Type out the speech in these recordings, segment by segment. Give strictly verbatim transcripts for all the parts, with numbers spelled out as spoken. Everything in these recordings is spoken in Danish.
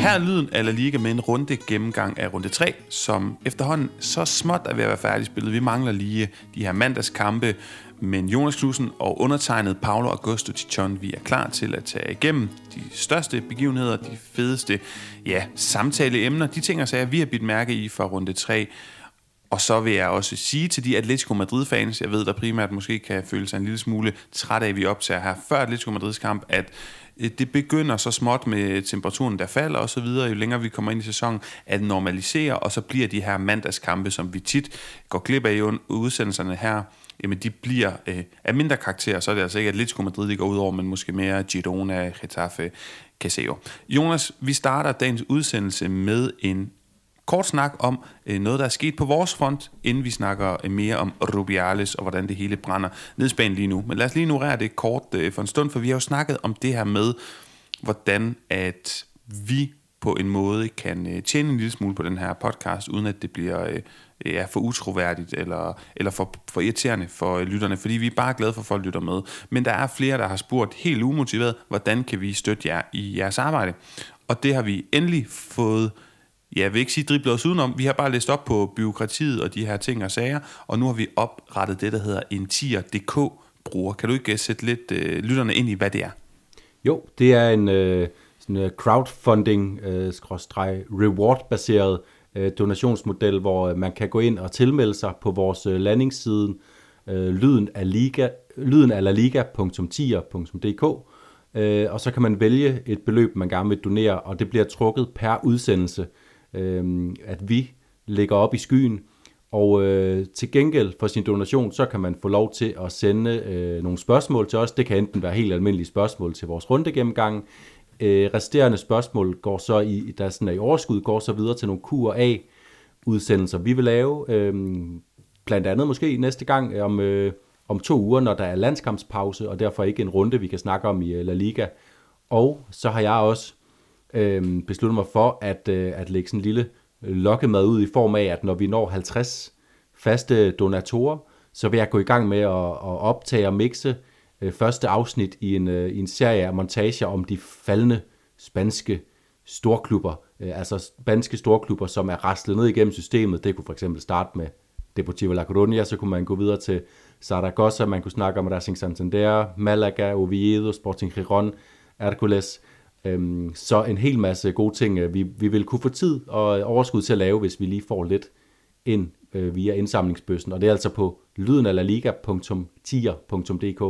her er lyden af La Liga med en runde gennemgang af runde tre, som efterhånden så småt er ved at være færdigspillet. Vi mangler lige de her mandagskampe, men Jonas Knudsen og undertegnet Paolo Augusto Tichon, vi er klar til at tage igennem de største begivenheder, de fedeste ja, samtaleemner, de ting og sager, vi har bidt mærke i for runde tre. Og så vil jeg også sige til de Atletico Madrid-fans, jeg ved, der primært måske kan føle sig en lille smule træt af, at vi optager her før Atletico Madrids kamp, at det begynder så småt med temperaturen, der falder og så videre, jo længere vi kommer ind i sæsonen, at normalisere, og så bliver de her mandagskampe, som vi tit går glip af i udsendelserne her, jamen de bliver øh, af mindre karakter, så er det altså ikke Atletico Madrid, de går ud over, men måske mere Girona, Getafe, Caseo. Jonas, vi starter dagens udsendelse med en kort snak om øh, noget, der er sket på vores front, inden vi snakker øh, mere om Rubiales og hvordan det hele brænder ned i Spanien lige nu. Men lad os lige ignorere det kort øh, for en stund, for vi har jo snakket om det her med, hvordan at vi på en måde kan øh, tjene en lille smule på den her podcast, uden at det bliver øh, ja, for utroværdigt eller, eller for, for irriterende for øh, lytterne, fordi vi er bare glade for, at folk lytter med. Men der er flere, der har spurgt helt umotiveret, hvordan kan vi støtte jer i jeres arbejde? Og det har vi endelig fået. Jeg vil ikke sige driblet os udenom, vi har bare læst op på byråkratiet og de her ting og sager, og nu har vi oprettet det, der hedder en tier punktum d k-bruger. Kan du ikke sætte lidt øh, lytterne ind i, hvad det er? Jo, det er en øh, sådan crowdfunding, øh, reward-baseret øh, donationsmodel, hvor man kan gå ind og tilmelde sig på vores øh, landingsside, øh, lyden af liga, lyden af la liga punktum tier punktum d k, øh, og så kan man vælge et beløb, man gerne vil donere, og det bliver trukket per udsendelse, øh, at vi lægger op i skyen, og øh, til gengæld for sin donation, så kan man få lov til at sende øh, nogle spørgsmål til os. Det kan enten være helt almindelige spørgsmål til vores rundegennemgang. Øh, resterende spørgsmål går så i, der sådan er i overskud, går så videre til nogle Q og A-udsendelser, vi vil lave. Øh, blandt andet måske næste gang om, øh, om to uger, når der er landskampspause, og derfor ikke en runde, vi kan snakke om i La Liga. Og så har jeg også øh, besluttet mig for at, øh, at lægge sådan en lille lokkemad ud i form af, at når vi når halvtreds faste donatorer, så vil jeg gå i gang med at, at optage og mixe øh, første afsnit i en, øh, i en serie af montager om de faldende spanske storklubber. Øh, altså spanske storklubber, som er raslet ned igennem systemet. Det kunne for eksempel starte med Deportivo La Coruña, så kunne man gå videre til Zaragoza, man kunne snakke om Racing Santander, Malaga, Oviedo, Sporting Gijón, Hércules. Øhm, så en hel masse gode ting, vi, vi vil kunne få tid og overskud til at lave, hvis vi lige får lidt ind øh, via indsamlingsbøssen. Og det er altså på lyden af la liga punktum tier punktum d k.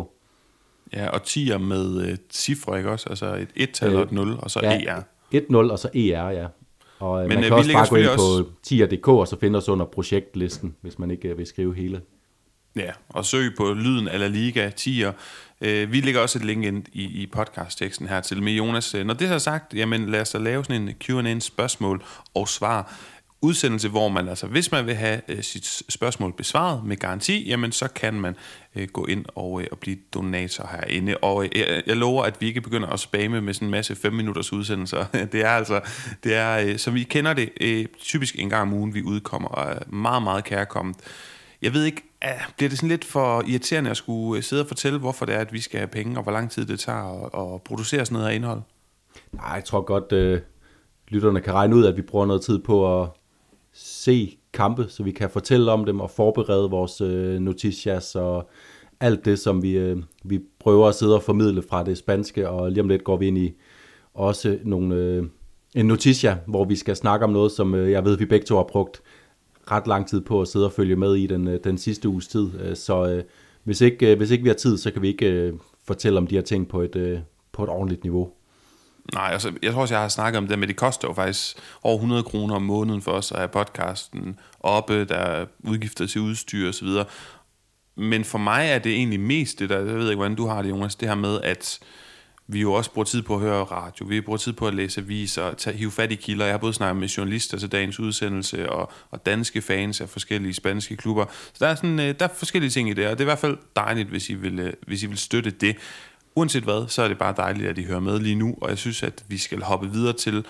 Ja, og tier med øh, cifre, ikke også? Altså et et-tal og et nul, og så ja, E R. et nul og så E R, ja. Og Men, man kan øh, også bare gå ind også... på tier punktum d k og så finde os under projektlisten, hvis man ikke vil skrive hele. Ja, og søg på lyden af La Liga tier. Vi lægger også et link ind i, i podcastteksten her til med Jonas. Når det er sagt, jamen lad os da lave sådan en Q and A spørgsmål og svar udsendelse, hvor man altså, hvis man vil have uh, sit spørgsmål besvaret med garanti, jamen så kan man uh, gå ind og, uh, og blive donator herinde. Og uh, jeg, jeg lover, at vi ikke begynder at spamme med sådan en masse fem minutters udsendelser. Det er altså, det er, uh, som vi kender det, uh, typisk en gang om ugen, vi udkommer, og er meget, meget kærkommet. Jeg ved ikke, bliver det sådan lidt for irriterende at skulle sidde og fortælle, hvorfor det er, at vi skal have penge, og hvor lang tid det tager at, at producere sådan noget her indhold? Nej, jeg tror godt, øh, lytterne kan regne ud, at vi bruger noget tid på at se kampe, så vi kan fortælle om dem og forberede vores øh, noticias og alt det, som vi, øh, vi prøver at sidde og formidle fra det spanske, og lige om lidt går vi ind i også nogle, øh, en noticia, hvor vi skal snakke om noget, som øh, jeg ved, vi begge to har brugt ret lang tid på at sidde og følge med i den, den sidste uges tid. Så øh, hvis, ikke, øh, hvis ikke vi har tid, så kan vi ikke øh, fortælle om de her ting på et, øh, på et ordentligt niveau. Nej, altså, jeg tror også, jeg har snakket om det, men det koster jo faktisk over hundrede kroner om måneden for os at have podcasten oppe, der er udgifter til udstyr og så videre. Men for mig er det egentlig mest det der, jeg ved ikke, hvordan du har det, Jonas, det her med, at vi jo også bruger tid på at høre radio, vi bruger tid på at læse aviser, tage, hive fat i kilder. Jeg har både snakket med journalister til dagens udsendelse, og, og danske fans af forskellige spanske klubber. Så der er, sådan, der er forskellige ting i det, og det er i hvert fald dejligt, hvis I vil, hvis I vil støtte det. Uanset hvad, så er det bare dejligt, at I hører med lige nu, og jeg synes, at vi skal hoppe videre til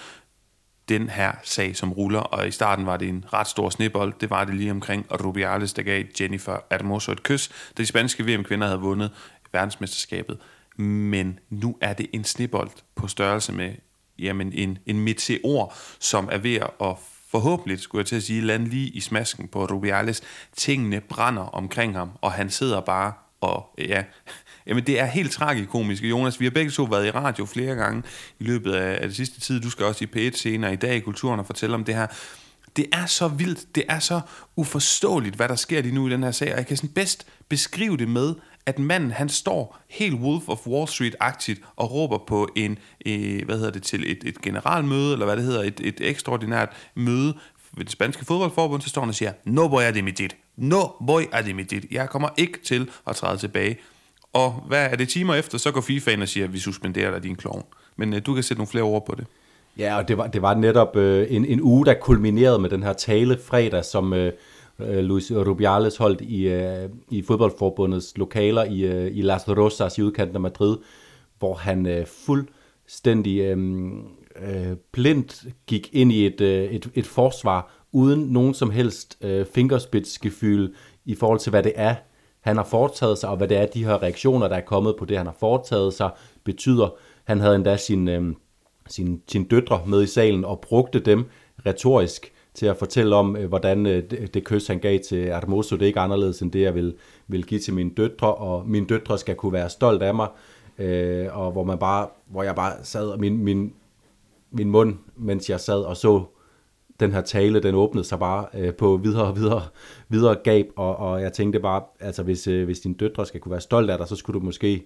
den her sag, som ruller, og i starten var det en ret stor snebold. Det var det lige omkring Rubiales, der gav Jennifer Hermoso et kys, da de spanske V M-kvinder havde vundet verdensmesterskabet. Men nu er det en snebold på størrelse med jamen en, en meteor, som er ved at forhåbentlig, skulle jeg til at sige, lande lige i smasken på Rubiales. Tingene brænder omkring ham, og han sidder bare og, ja, jamen det er helt tragikomisk. Jonas, vi har begge to været i radio flere gange i løbet af, af det sidste tid. Du skal også i P et senere i dag i Kulturen og fortælle om det her. Det er så vildt, det er så uforståeligt, hvad der sker lige nu i den her sag, og jeg kan sådan bedst beskrive det med, at manden, han står helt Wolf of Wall Street-agtigt og råber på en, øh, hvad hedder det, til et, et generalmøde, eller hvad det hedder, et, et ekstraordinært møde ved det spanske fodboldforbund, så står han og siger, no voy a dimitir, no voy a dimitir, jeg kommer ikke til at træde tilbage. Og hvad er det timer efter, så går FIFA ind og siger, at vi suspenderer dig, din klovn. Men øh, du kan sætte nogle flere ord på det. Ja, og det var, det var netop øh, en, en uge, der kulminerede med den her tale fredag, som øh, Luis Rubiales holdt i, øh, i fodboldforbundets lokaler i, øh, i Las Rosas i udkanten af Madrid, hvor han øh, fuldstændig øh, øh, blindt gik ind i et, øh, et, et forsvar, uden nogen som helst øh, fingerspidsgefühl i forhold til, hvad det er, han har foretaget sig, og hvad det er, de her reaktioner, der er kommet på det, han har foretaget sig, betyder. Han havde endda sin... Øh, Sin, sine døtre med i salen og brugte dem retorisk til at fortælle om, øh, hvordan øh, det, det kys, han gav til Hermoso, det er ikke anderledes end det, jeg vil, vil give til mine døtre, og mine døtre skal kunne være stolt af mig, øh, og hvor, man bare, hvor jeg bare sad, og min, min, min mund, mens jeg sad og så den her tale, den åbnede sig bare øh, på videre og videre, videre gab, og, og jeg tænkte bare, altså hvis, øh, hvis dine døtre skal kunne være stolt af dig, så skulle du måske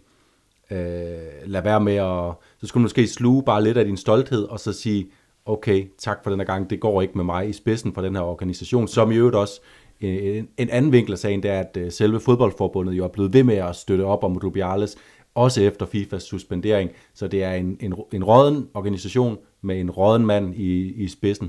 Øh, lad være med at, så skulle du måske sluge bare lidt af din stolthed, og så sige, okay, tak for den her gang, det går ikke med mig i spidsen for den her organisation, som i øvrigt også, øh, en anden vinkel af sagen, det er, at øh, selve fodboldforbundet jo er blevet ved med at støtte op om Rubiales, også efter FIFAs suspendering, så det er en, en, en rådden organisation med en rådden mand i, i spidsen.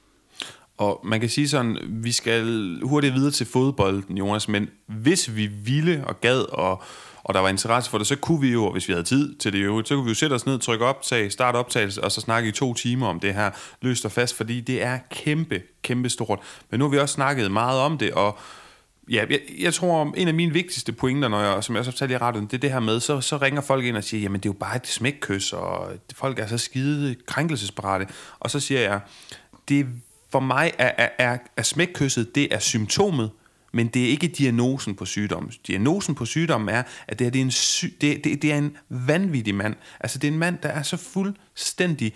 Og man kan sige sådan, vi skal hurtigt videre til fodbolden, Jonas, men hvis vi ville og gad, og, og der var interesse for det, så kunne vi jo, hvis vi havde tid til det jo, så kunne vi jo sætte os ned, trykke optag, starte optagelse, og så snakke i to timer om det her løst og fast, fordi det er kæmpe, kæmpe stort. Men nu har vi også snakket meget om det, og ja, jeg, jeg tror, en af mine vigtigste pointer, når jeg, som jeg også fortalte i radioen, det er det her med, så, så ringer folk ind og siger, jamen det er jo bare et smækkys, og folk er så skide krænkelsesparate. Og så siger jeg, det for mig er, er, er, er smækkysset, det er symptomet, men det er ikke diagnosen på sygdommen. Diagnosen på sygdommen er, at det, her, det, er en sy- det, det, det er en vanvittig mand. Altså det er en mand, der er så fuldstændig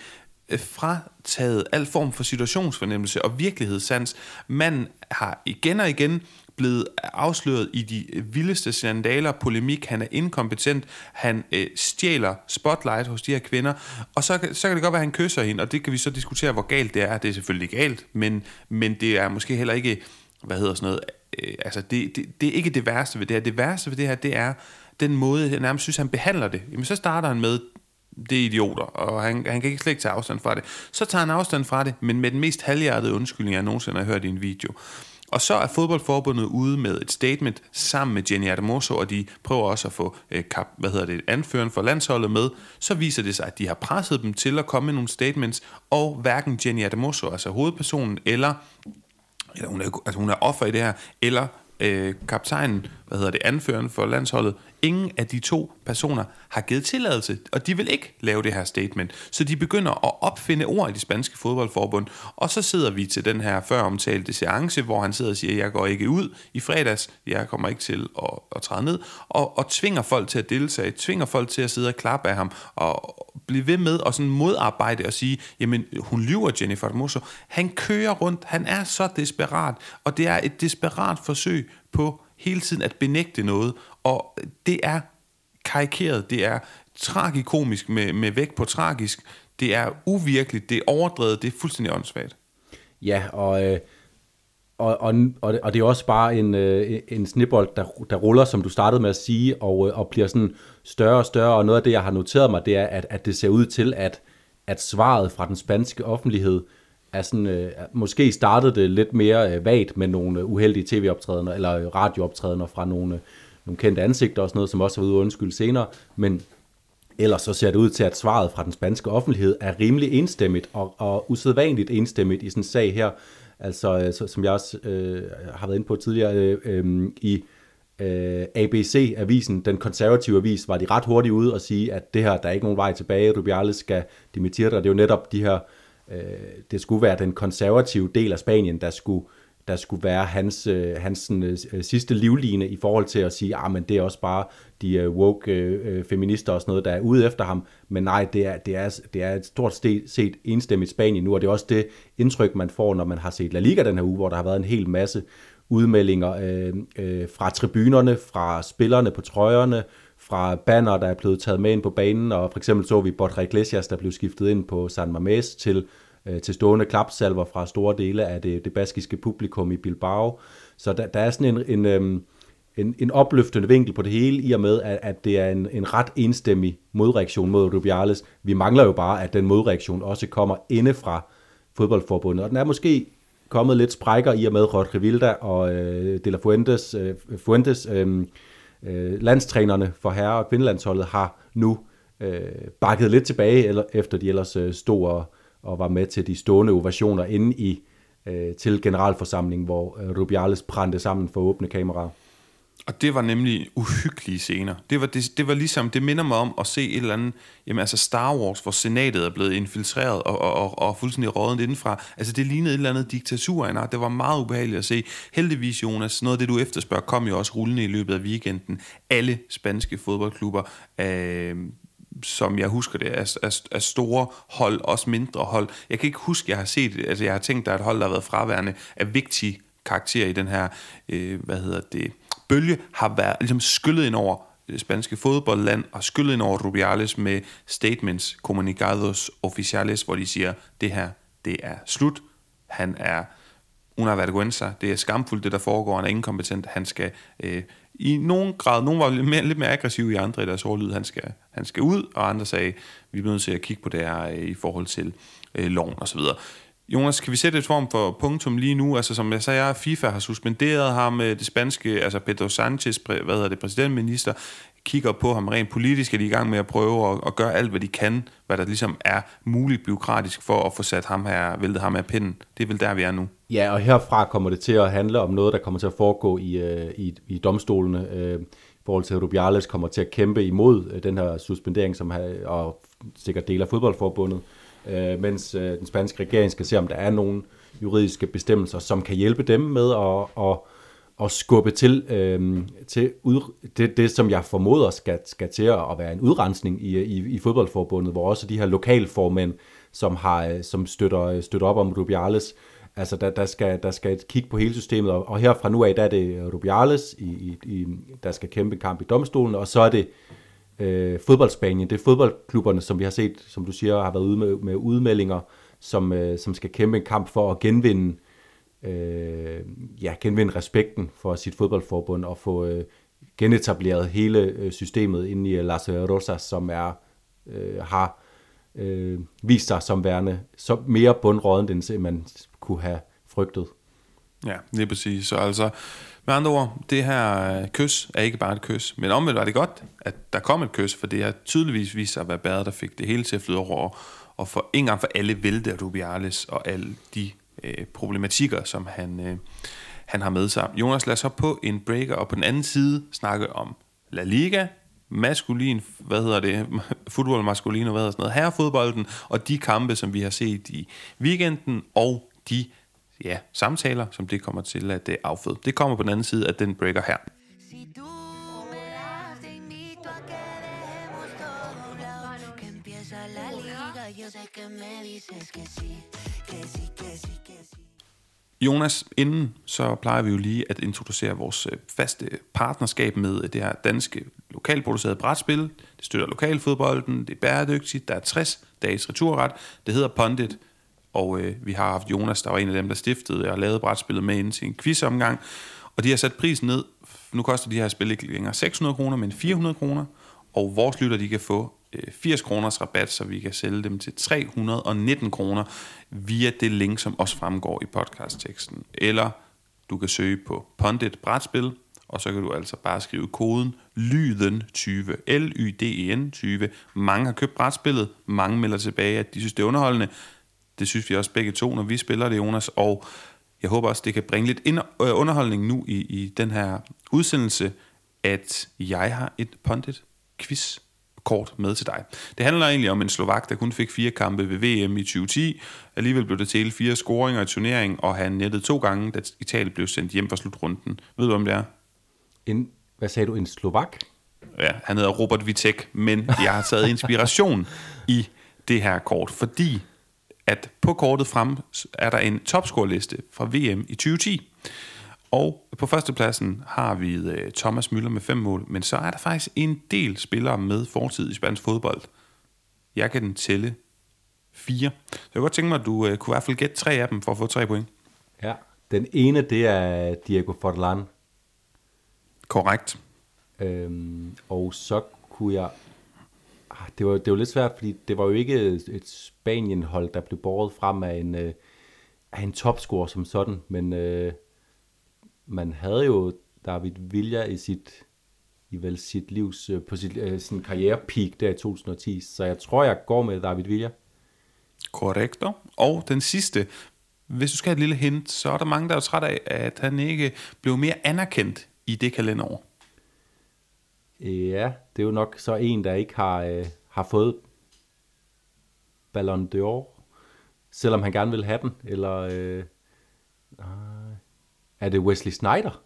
frataget al form for situationsfornemmelse og virkelighedssans. Manden har igen og igen blevet afsløret i de vildeste skandaler, polemik, han er inkompetent, han øh, stjæler spotlight hos de her kvinder, og så, så kan det godt være, at han kysser hende, og det kan vi så diskutere, hvor galt det er. Det er selvfølgelig galt, men, men det er måske heller ikke, hvad hedder sådan noget, øh, altså det, det, det er ikke det værste ved det her. Det værste ved det her, det er den måde, jeg nærmest synes, han behandler det. Jamen så starter han med, det er idioter, og han, han kan ikke slet ikke tage afstand fra det. Så tager han afstand fra det, men med den mest halvhjertede undskyldning, jeg nogensinde har hørt i en video. Og så er fodboldforbundet ude med et statement sammen med Jenny Hermoso, og de prøver også at få øh, kap, hvad hedder det, anføreren for landsholdet med. Så viser det sig, at de har presset dem til at komme med nogle statements, og hverken Jenny Hermoso, altså hovedpersonen, eller, eller hun, er, altså hun er offer i det her, eller øh, kaptajnen, hvad hedder det, anføreren for landsholdet, ingen af de to personer har givet tilladelse, og de vil ikke lave det her statement. Så de begynder at opfinde ord i det spanske fodboldforbund, og så sidder vi til den her før omtalte seance, hvor han sidder og siger, jeg går ikke ud i fredags, jeg kommer ikke til at, at træde ned, og, og tvinger folk til at deltage, tvinger folk til at sidde og klappe af ham, og blive ved med at sådan modarbejde og sige, jamen hun lyver, Jennifer Hermoso. Han kører rundt, han er så desperat, og det er et desperat forsøg på hele tiden at benægte noget, og det er karikeret, det er tragikomisk med, med vægt på tragisk, det er uvirkeligt, det er overdrevet, det er fuldstændig åndssvagt. Ja, og, øh, og, og, og det er også bare en, øh, en snebold, der, der ruller, som du startede med at sige, og, og bliver sådan større og større, og noget af det, jeg har noteret mig, det er, at, at det ser ud til, at, at svaret fra den spanske offentlighed er sådan, øh, måske startede det lidt mere øh, vagt med nogle uheldige tv-optrædener, eller radiooptrædener fra nogle, nogle kendte ansigter og sådan noget, som også har været ude undskyld senere, men ellers så ser det ud til, at svaret fra den spanske offentlighed er rimelig enstemmigt, og, og usædvanligt enstemmigt i sådan en sag her, altså så, som jeg også øh, har været inde på tidligere, øh, øh, i øh, A B C-avisen, den konservative avis, var de ret hurtigt ude og sige, at det her, der er ikke nogen vej tilbage, Rubiales skal dimittere, og det er jo netop de her, øh, det skulle være den konservative del af Spanien, der skulle der skulle være hans, øh, hans sådan, øh, sidste livline i forhold til at sige, ah, men det er også bare de øh, woke øh, feminister og sådan noget, der er ude efter ham. Men nej, det er, det er, det er et stort set enstemmigt Spanien nu, og det er også det indtryk, man får, når man har set La Liga den her uge, hvor der har været en hel masse udmeldinger øh, øh, fra tribunerne, fra spillerne på trøjerne, fra banner, der er blevet taget med ind på banen, og for eksempel så vi Borja Iglesias, der blev skiftet ind på San Mamés til til stående klapsalver fra store dele af det, det baskiske publikum i Bilbao. Så der, der er sådan en, en, en, en opløftende vinkel på det hele, i og med, at, at det er en, en ret enstemmig modreaktion mod Rubiales. Vi mangler jo bare, at den modreaktion også kommer inde fra fodboldforbundet. Og den er måske kommet lidt sprækker, i og med Jorge Vilda og øh, De La Fuentes, øh, Fuentes øh, øh, landstrænerne for herre- og kvindelandsholdet har nu øh, bakket lidt tilbage, eller, efter de ellers øh, stod og og var med til de stående ovationer inde i øh, til generalforsamlingen, hvor øh, Rubiales brændte sammen for åbne kameraer. Og det var nemlig uhyggelige scener. Det var, det, det var ligesom, det minder mig om at se et eller andet, jamen altså Star Wars, hvor senatet er blevet infiltreret og, og, og, og fuldstændig rådent indenfra. Altså det lignede et eller andet diktatur. Det var meget ubehageligt at se. Heldigvis, Jonas, noget af det du efterspørger, kom jo også rullende i løbet af weekenden. Alle spanske fodboldklubber, øh, som jeg husker det, er, er, er store hold, også mindre hold. Jeg kan ikke huske, jeg har set, altså jeg har tænkt, der er et hold, der har været fraværende af vigtige karakterer i den her, øh, hvad hedder det, bølge, har været ligesom skyllet ind over det spanske fodboldland, og skyllet ind over Rubiales med statements, comunicados oficiales, hvor de siger, det her, det er slut. Han er una vergüenza, det er skamfuldt, det der foregår, han er inkompetent, han skal øh, i nogen grad, nogen var lidt mere, lidt mere aggressive i andre i deres overlyd, han skal, han skal ud, og andre sagde, vi er nødt til at kigge på det her øh, i forhold til øh, loven og så videre. Jonas, kan vi sætte et form for punktum lige nu? Altså som jeg sagde, FIFA har suspenderet ham, det spanske, altså Pedro Sanchez, hvad hedder det, præsidentminister, kigger på ham rent politisk, er de i gang med at prøve at, at gøre alt, hvad de kan, hvad der ligesom er muligt bureaukratisk for at få sat ham her, væltet ham af pinden. Det er vel der, vi er nu. Ja, og herfra kommer det til at handle om noget, der kommer til at foregå i, i, i domstolene. I forhold til, at Rubiales kommer til at kæmpe imod den her suspendering, som har, og sikkert del af fodboldforbundet. Øh, mens øh, den spanske regering skal se, om der er nogle juridiske bestemmelser, som kan hjælpe dem med at, at, at skubbe til, øh, til ud, det, det, som jeg formoder skal, skal til at være en udrensning i, i, i fodboldforbundet, hvor også de her lokalformænd, som, har, som støtter, støtter op om Rubiales, altså der, der, skal, der skal et kig på hele systemet, og, og her fra nu af, der er det Rubiales, i, i, i, der skal kæmpe en kamp i domstolen, og så er det Øh, fodboldspanien, det er fodboldklubberne, som vi har set, som du siger, har været ude med, med udmeldinger, som, øh, som skal kæmpe en kamp for at genvinde, øh, ja, genvinde respekten for sit fodboldforbund og få øh, genetableret hele øh, systemet inde i Las Rosas, som er, øh, har øh, vist sig som værende så mere bundrådent, end man kunne have frygtet. Ja, det er præcis. Så altså, med andre ord, det her kys er ikke bare et kys, men omvendt var det godt, at der kom et kys, for det har tydeligvis vist sig at være bæret, der fik det hele til at flyde over, og for en gang for alle vælte Rubiales og alle de øh, problematikker, som han, øh, han har med sig. Jonas, lad os hoppe på en breaker, og på den anden side snakke om La Liga, maskulin, hvad hedder det, fodbold maskulin, og hvad hedder sådan noget, herrefodbolden, og de kampe, som vi har set i weekenden, og de ja, samtaler, som det kommer til at afføde. Det kommer på den anden side af den breaker her. Jonas, inden så plejer vi jo lige at introducere vores faste partnerskab med det her danske lokalproducerede brætspil. Det støtter lokalfodbolden, det er bæredygtigt, der er tres dages returret, det hedder Pundit. Og øh, vi har haft Jonas, der var en af dem, der stiftede og lavede brætspillet med ind til en quizomgang. Og de har sat prisen ned. Nu koster de her spil ikke længere seks hundrede kroner, men fire hundrede kroner. Og vores lytter, de kan få øh, firs kroners rabat, så vi kan sælge dem til tre hundrede og nitten kroner via det link, som også fremgår i podcastteksten. Eller du kan søge på Pundit brætspil, og så kan du altså bare skrive koden lyden tyve, L Y D E N tyve. Mange har købt brætspillet, mange melder tilbage, at de synes, det er underholdende. Det synes vi også begge to, når vi spiller det, Jonas, og jeg håber også, det kan bringe lidt underholdning nu i, i den her udsendelse. at jeg har et pundit quiz kort med til dig. Det handler egentlig om en slovak, der kun fik fire kampe ved V M i tyve ti. Alligevel blev det til fire scoringer i turneringen, og han nettede to gange, da Italien blev sendt hjem fra slutrunden. Ved du, om det er? En, hvad sagde du, en slovak? Ja, han hedder Robert Vitek, men jeg har taget inspiration i det her kort, fordi at på kortet frem er der en topscoreliste fra V M i tyve ti. Og på førstepladsen har vi Thomas Müller med fem mål, men så er der faktisk en del spillere med fortid i spansk fodbold. Jeg kan den tælle fire. Så jeg kunne godt tænke mig, at du uh, kunne i hvert fald gætte tre af dem for at få tre point. Ja, den ene, det er Diego Forlán. Korrekt. Øhm, og så kunne jeg... Ah, det var, det var lidt svært, fordi det var jo ikke et Spanien-hold, der blev båret frem af en, øh, af en topscorer som sådan, men... Øh, man havde jo David Villa i sit i vel sit livs på sit øh, sin karrierepeak der i to tusind og ti, så jeg tror jeg går med David Villa. Korrekt. Og den sidste, hvis du skal have et lille hint, så er der mange der er træt af at han ikke blev mere anerkendt i det kalenderår. Ja, det er jo nok så en der ikke har øh, har fået Ballon d'Or, selvom han gerne vil have den, eller øh, er det Wesley Sneijder?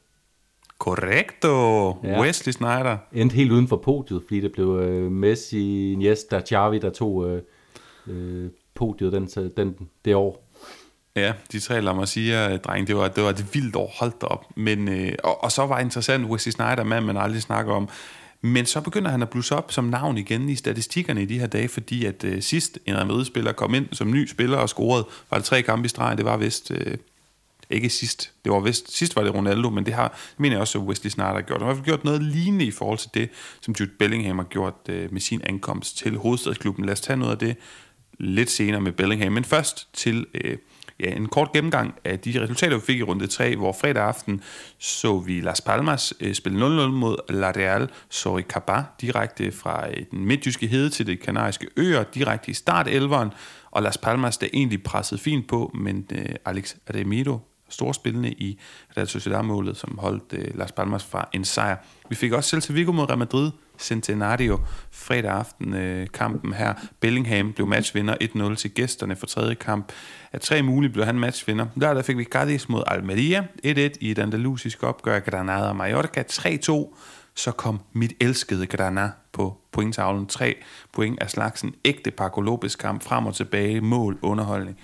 Korrekto. Ja. Wesley Sneijder. Endte helt uden for podiet, fordi det blev øh, Messi, Iniesta, Xavi, der tog øh, øh, podiet den, den, det år. Ja, de tre, lad mig sige, dreng, det var, det var et vildt år, holdt op. Men, øh, og, og så var interessant, Wesley Sneijder, mand man aldrig snakker om. Men så begynder han at blusse op som navn igen i statistikkerne i de her dage, fordi at øh, sidst en Real Madrid-spiller kom ind som ny spiller og scorede, var det tre kampe i streg, det var vist... Øh, Ikke sidst. Det var vist, sidst var det Ronaldo, men det har, det mener jeg også, at Wesley Sneijder har gjort. Han har gjort noget lignende i forhold til det, som Jude Bellingham har gjort øh, med sin ankomst til hovedstadsklubben. Lad os tage noget af det lidt senere med Bellingham. Men først til øh, ja, en kort gennemgang af de resultater, vi fik i runde tre, hvor fredag aften så vi Las Palmas øh, spille nul nul mod La Real Sorocaba, direkte fra øh, den midtjyske hede til de kanariske øer, direkte i startelveren, og Las Palmas, der egentlig pressede fint på, men øh, Alex Remiro, storspillende i Real Sociedad-målet, som holdt øh, Las Palmas fra en sejr. Vi fik også Celta Vigo mod Real Madrid, Centenario, fredag aften øh, kampen her. Bellingham blev matchvinder et nul til gæsterne for tredje kamp. Af tre mulige blev han matchvinder. Der fik vi Cadiz mod Almeria, et et i et andalusisk opgør. Granada og Mallorca tre to. Så kom mit elskede Granada på pointtavlen. Tre point af slagsen. Ægte Paco Lopez kamp, frem og tilbage, mål, underholdning.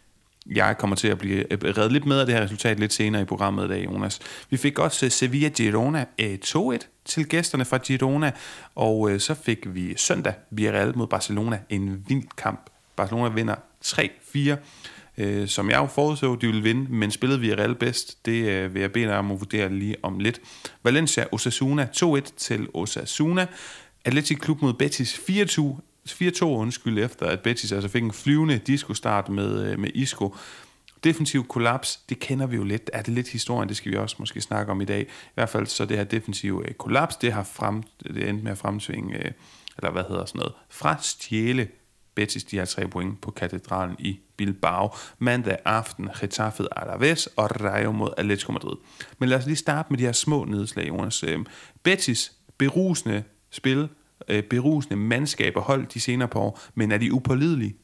Jeg kommer til at blive reddet lidt med af det her resultat lidt senere i programmet i dag, Jonas. Vi fik også Sevilla Girona to et til gæsterne fra Girona, og så fik vi søndag Villarreal mod Barcelona, en vild kamp. Barcelona vinder tre fire, som jeg jo forudså, de ville vinde, men spillede Villarreal bedst, det vil jeg bede dig om at vurdere lige om lidt. Valencia Osasuna to et til Osasuna. Athletic Klub mod Betis fire to. fire to undskyld, efter at Betis altså fik en flyvende disco-start med, med Isco. Defensiv kollaps, det kender vi jo lidt. Er det lidt historien, det skal vi også måske snakke om i dag. I hvert fald så det her defensive kollaps, det har frem, det endte med at fremtvinge, eller hvad hedder sådan noget, fra stjæle Betis de her tre point på katedralen i Bilbao. Mandag aften, Getafe Alaves og Rayo mod Atletico Madrid. Men lad os lige starte med de her små nedslag, Jonas. Betis, berusende spil, berusende mandskaber holdt de senere på år, men er de upålidelige?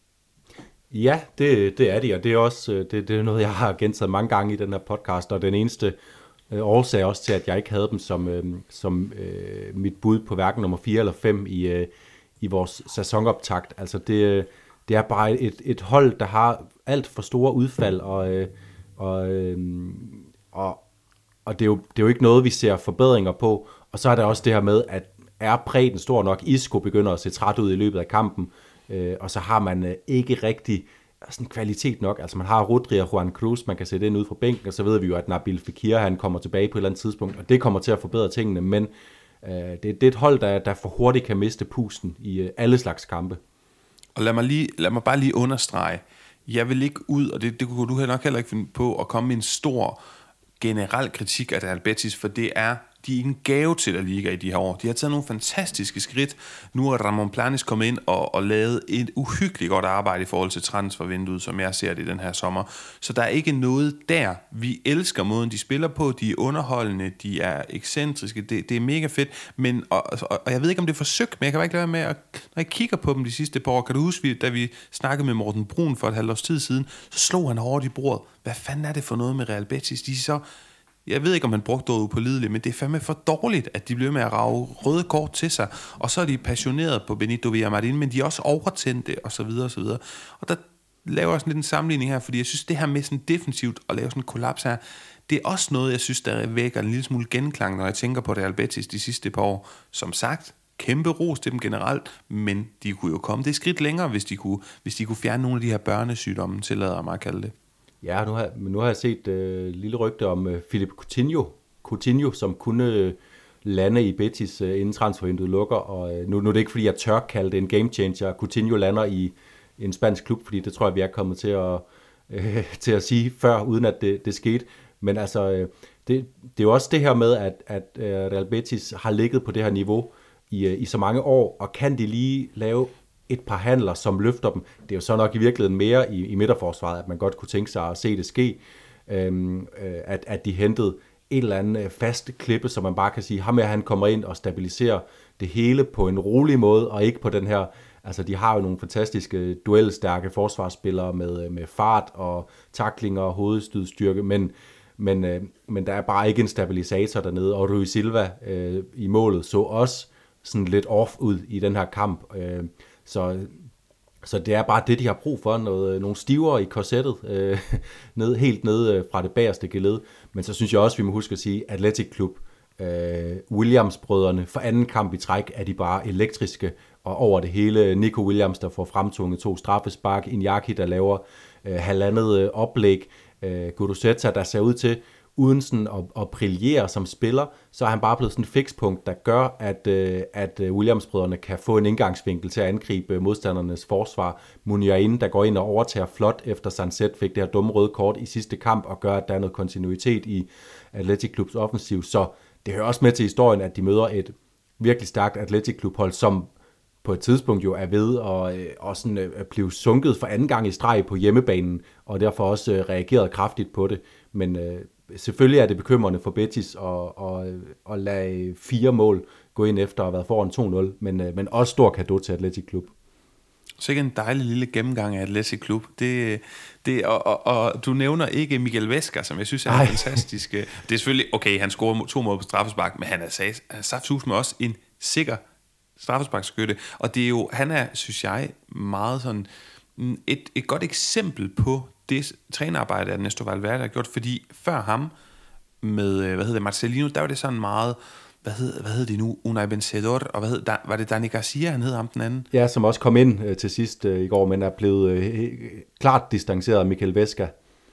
Ja, det, det er de, og det er også det, det er noget, jeg har gentaget mange gange i den her podcast, og den eneste øh, årsag også til, at jeg ikke havde dem som, øh, som øh, mit bud på hverken nummer fire eller fem i, øh, i vores sæsonoptakt. Altså det, det er bare et, et hold, der har alt for store udfald, og, øh, og, øh, og, og det, er jo, det er jo ikke noget, vi ser forbedringer på. Og så er der også det her med, at er bredden stor nok, Isco begynder at se træt ud i løbet af kampen, øh, og så har man øh, ikke rigtig sådan kvalitet nok. Altså man har Rodri og Juan Cruz, man kan sætte ind ud fra bænken, og så ved vi jo, at Nabil Fekir, han kommer tilbage på et eller andet tidspunkt, og det kommer til at forbedre tingene, men øh, det, det er et hold, der, der for hurtigt kan miste pusten i øh, alle slags kampe. Og lad mig, lige, lad mig bare lige understrege, jeg vil ikke ud, og det, det kunne du nok heller ikke finde på, at komme med en stor generel kritik af Real Betis, for det er de er en gave til La Liga i de her år. De har taget nogle fantastiske skridt. Nu er Ramon Planes kommet ind og, og lavet et uhyggeligt godt arbejde i forhold til transfervinduet, som jeg ser det i den her sommer. Så der er ikke noget der. Vi elsker måden, de spiller på. De er underholdende, de er ekscentriske. Det, det er mega fedt. Men, og, og, og jeg ved ikke, om det er forsøgt, men jeg kan bare ikke lade være med, at når jeg kigger på dem de sidste par år, kan du huske, da vi snakkede med Morten Brun for et halvt års tid siden, så slog han hårdt i bordet. Hvad fanden er det for noget med Real Betis? De så, jeg ved ikke, om han brugte ordet upålideligt, men det er fandme for dårligt, at de bliver med at rage røde kort til sig. Og så er de passionerede på Benito Villamarin, men de er også overtændte, og så videre, og så videre. Og der laver jeg sådan lidt en sammenligning her, fordi jeg synes, det her med sådan defensivt at lave sådan en kollaps her, det er også noget, jeg synes, der vækker en lille smule genklang, når jeg tænker på Real Betis de sidste par år. Som sagt, kæmpe ros til dem generelt, men de kunne jo komme det skridt længere, hvis de kunne, hvis de kunne fjerne nogle af de her børnesygdomme, tillader jeg mig at kalde det. Ja, nu har, nu har jeg set et øh, lille rygte om øh, Philippe Coutinho, Coutinho, som kunne øh, lande i Betis, øh, inden transfervinduet lukker, og øh, nu, nu er det ikke, fordi jeg tør kalde det en game changer. Coutinho lander i en spansk klub, fordi det tror jeg, vi er kommet til at, øh, til at sige før, uden at det, det skete. Men altså, øh, det, det er jo også det her med, at, at øh, Real Betis har ligget på det her niveau i, øh, i så mange år, og kan de lige lave et par handler, som løfter dem. Det er jo så nok i virkeligheden mere i, i midterforsvaret, at man godt kunne tænke sig at se det ske, øhm, at, at de hentede en eller anden fast klippe, så man bare kan sige, ham her, han kommer ind og stabiliserer det hele på en rolig måde, og ikke på den her, altså de har jo nogle fantastiske duelstærke forsvarsspillere med, med fart og tacklinger og hovedstødstyrke, men, men, øh, men der er bare ikke en stabilisator dernede, og Rui Silva øh, i målet så også sådan lidt off ud i den her kamp, øh, Så, så det er bare det, de har brug for, noget, nogle stiver i korsettet, øh, ned, helt ned fra det bagerste geled. Men så synes jeg også, vi må huske at sige, Athletic Club, øh, Williams-brødrene, for anden kamp i træk er de bare elektriske, og over det hele Nico Williams, der får fremtunget to straffespark, Iñaki, der laver øh, halvandet øh, oplæg, øh, Guruceta, der ser ud til, uden sådan at, at brillere som spiller, så er han bare blevet sådan et fikspunkt, der gør, at, øh, at Williams-brødrene kan få en indgangsvinkel til at angribe modstandernes forsvar. Muniain, der går ind og overtager flot efter Sancet fik det her dumme røde kort i sidste kamp, og gør, at der er noget kontinuitet i Athletic Clubs offensiv. Så det hører også med til historien, at de møder et virkelig stærkt Athletic Club-hold, som på et tidspunkt jo er ved at, og sådan at blive sunket for anden gang i streg på hjemmebanen, og derfor også reageret kraftigt på det. Men øh, selvfølgelig er det bekymrende for Betis at, at, at lade fire mål gå ind efter at have været foran to nul, men, men også stor cadeau til Athletic Club. Så ikke en dejlig lille gennemgang af Athletic Club. Det, det, og, og, og du nævner ikke Miguel Vesca, som jeg synes er fantastisk. Det er selvfølgelig, okay, han scorer to mål på straffespark, men han er, er saftsus med også en sikker straffesparkskytte. Og det er jo, han er, synes jeg, meget sådan et, et godt eksempel på det trænerarbejde, Ernesto Valverde har gjort, fordi før ham med, hvad hedder det, Marcelino, der var det sådan meget, hvad hed, hvad hed det nu, Unai Vencedor, og hvad hed, der, var det Dani Garcia, han hed ham den anden? Ja, som også kom ind øh, til sidst øh, i går, men er blevet øh, klart distanceret af Mikel Vesca.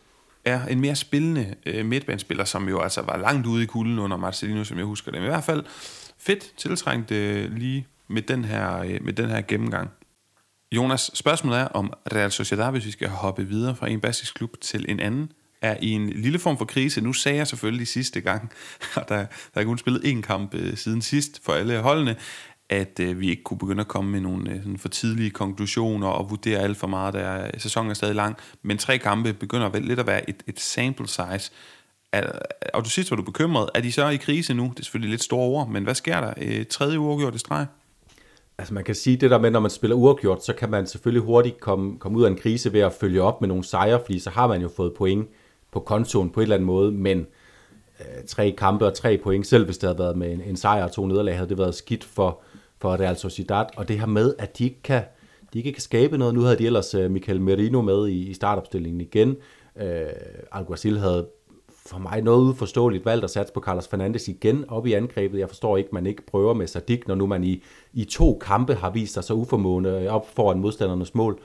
Ja, en mere spillende øh, midtbanespiller, som jo altså var langt ude i kulden under Marcelino, som jeg husker det. Men i hvert fald fedt tiltrængt øh, lige med den her, øh, med den her gennemgang. Jonas, spørgsmålet er, om Real Sociedad, hvis vi skal hoppe videre fra en baskisk klub til en anden, er i en lille form for krise. Nu sagde jeg selvfølgelig sidste gang, og der, der er kun spillet én kamp øh, siden sidst for alle holdene, at øh, vi ikke kunne begynde at komme med nogle øh, sådan for tidlige konklusioner og vurdere alt for meget. Der sæsonen er stadig lang, men tre kampe begynder vel lidt at være et, et sample size. Er, og du sidst var du bekymret. Er de så i krise nu? Det er selvfølgelig lidt store ord, men hvad sker der? Øh, tredje uafgjort i streg? Altså man kan sige det der med, når man spiller uafgjort, så kan man selvfølgelig hurtigt komme, komme ud af en krise ved at følge op med nogle sejre, fordi så har man jo fået point på kontoen på en eller anden måde, men øh, tre kampe og tre point, selv hvis det havde været med en, en sejr og to nederlag, havde det været skidt for, for Real Sociedad, og det her med, at de ikke kan, de ikke kan skabe noget. Nu havde de ellers uh, Mikel Merino med i, i startopstillingen igen. Uh, Alguacil havde for mig noget uforståeligt valgt at satse på Carlos Fernandes igen op i angrebet. Jeg forstår ikke, man ikke prøver med Sadik, når nu man i, i to kampe har vist sig så uformående op foran modstandernes mål.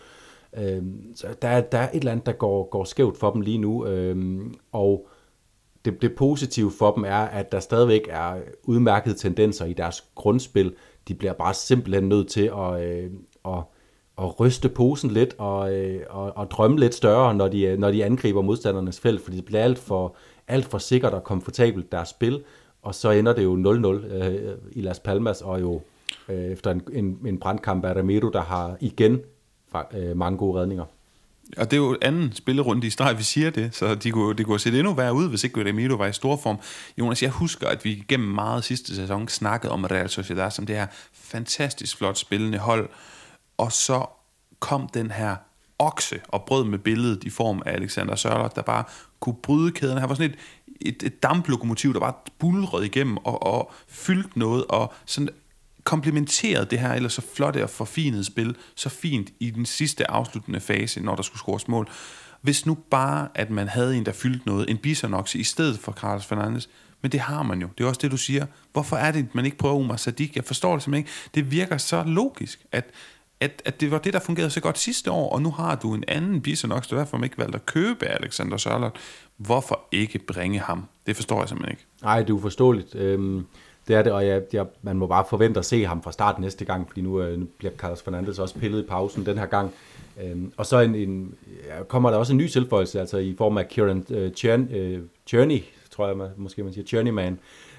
Øhm, så der, der er et eller andet, der går, går skævt for dem lige nu, øhm, og det, det positive for dem er, at der stadigvæk er udmærkede tendenser i deres grundspil. De bliver bare simpelthen nødt til at, øh, at, at ryste posen lidt og, øh, og, og drømme lidt større, når de, når de angriber modstandernes felt, fordi det bliver alt for, alt for sikkert og komfortabelt deres spil, og så ender det jo nul nul øh, i Las Palmas, og jo øh, efter en, en, en brandkamp er Ramiro, der har igen øh, mange gode redninger. Og det er jo anden spillerunde i streg, vi siger det, så de kunne, det kunne se endnu værre ud, hvis ikke Ramiro var i stor form. Jonas, jeg husker, at vi gennem meget sidste sæson snakkede om Real Sociedad som det her fantastisk flot spillende hold, og så kom den her okse og brød med billedet i form af Alexander Sørloth, der bare kunne bryde kæderne. Han var sådan et, et, et damplokomotiv, der bare bulrede igennem og, og fyldte noget, og sådan komplementerede det her ellers så flotte og forfinede spil så fint i den sidste afsluttende fase, når der skulle scores mål. Hvis nu bare, at man havde en, der fyldte noget, en bisonokse i stedet for Carlos Fernandes, men det har man jo. Det er også det, du siger. Hvorfor er det, man ikke prøver Omar Sadiq? Jeg forstår det simpelthen ikke. Det virker så logisk, at At, at det var det, der fungerede så godt sidste år, og nu har du en anden bisonokse, så derfor man ikke valgt at købe Alexander Sørloth. Hvorfor ikke bringe ham? Det forstår jeg simpelthen ikke. Nej, det er uforståeligt. Øhm, det er det, og jeg, jeg, man må bare forvente at se ham fra start næste gang, fordi nu, øh, nu bliver Carlos Fernandes også pillet i pausen den her gang. Øhm, og så en, en, ja, kommer der også en ny tilføjelse, altså i form af Kieran øh, Tierney, øh, tror jeg man, måske man siger, Journeyman,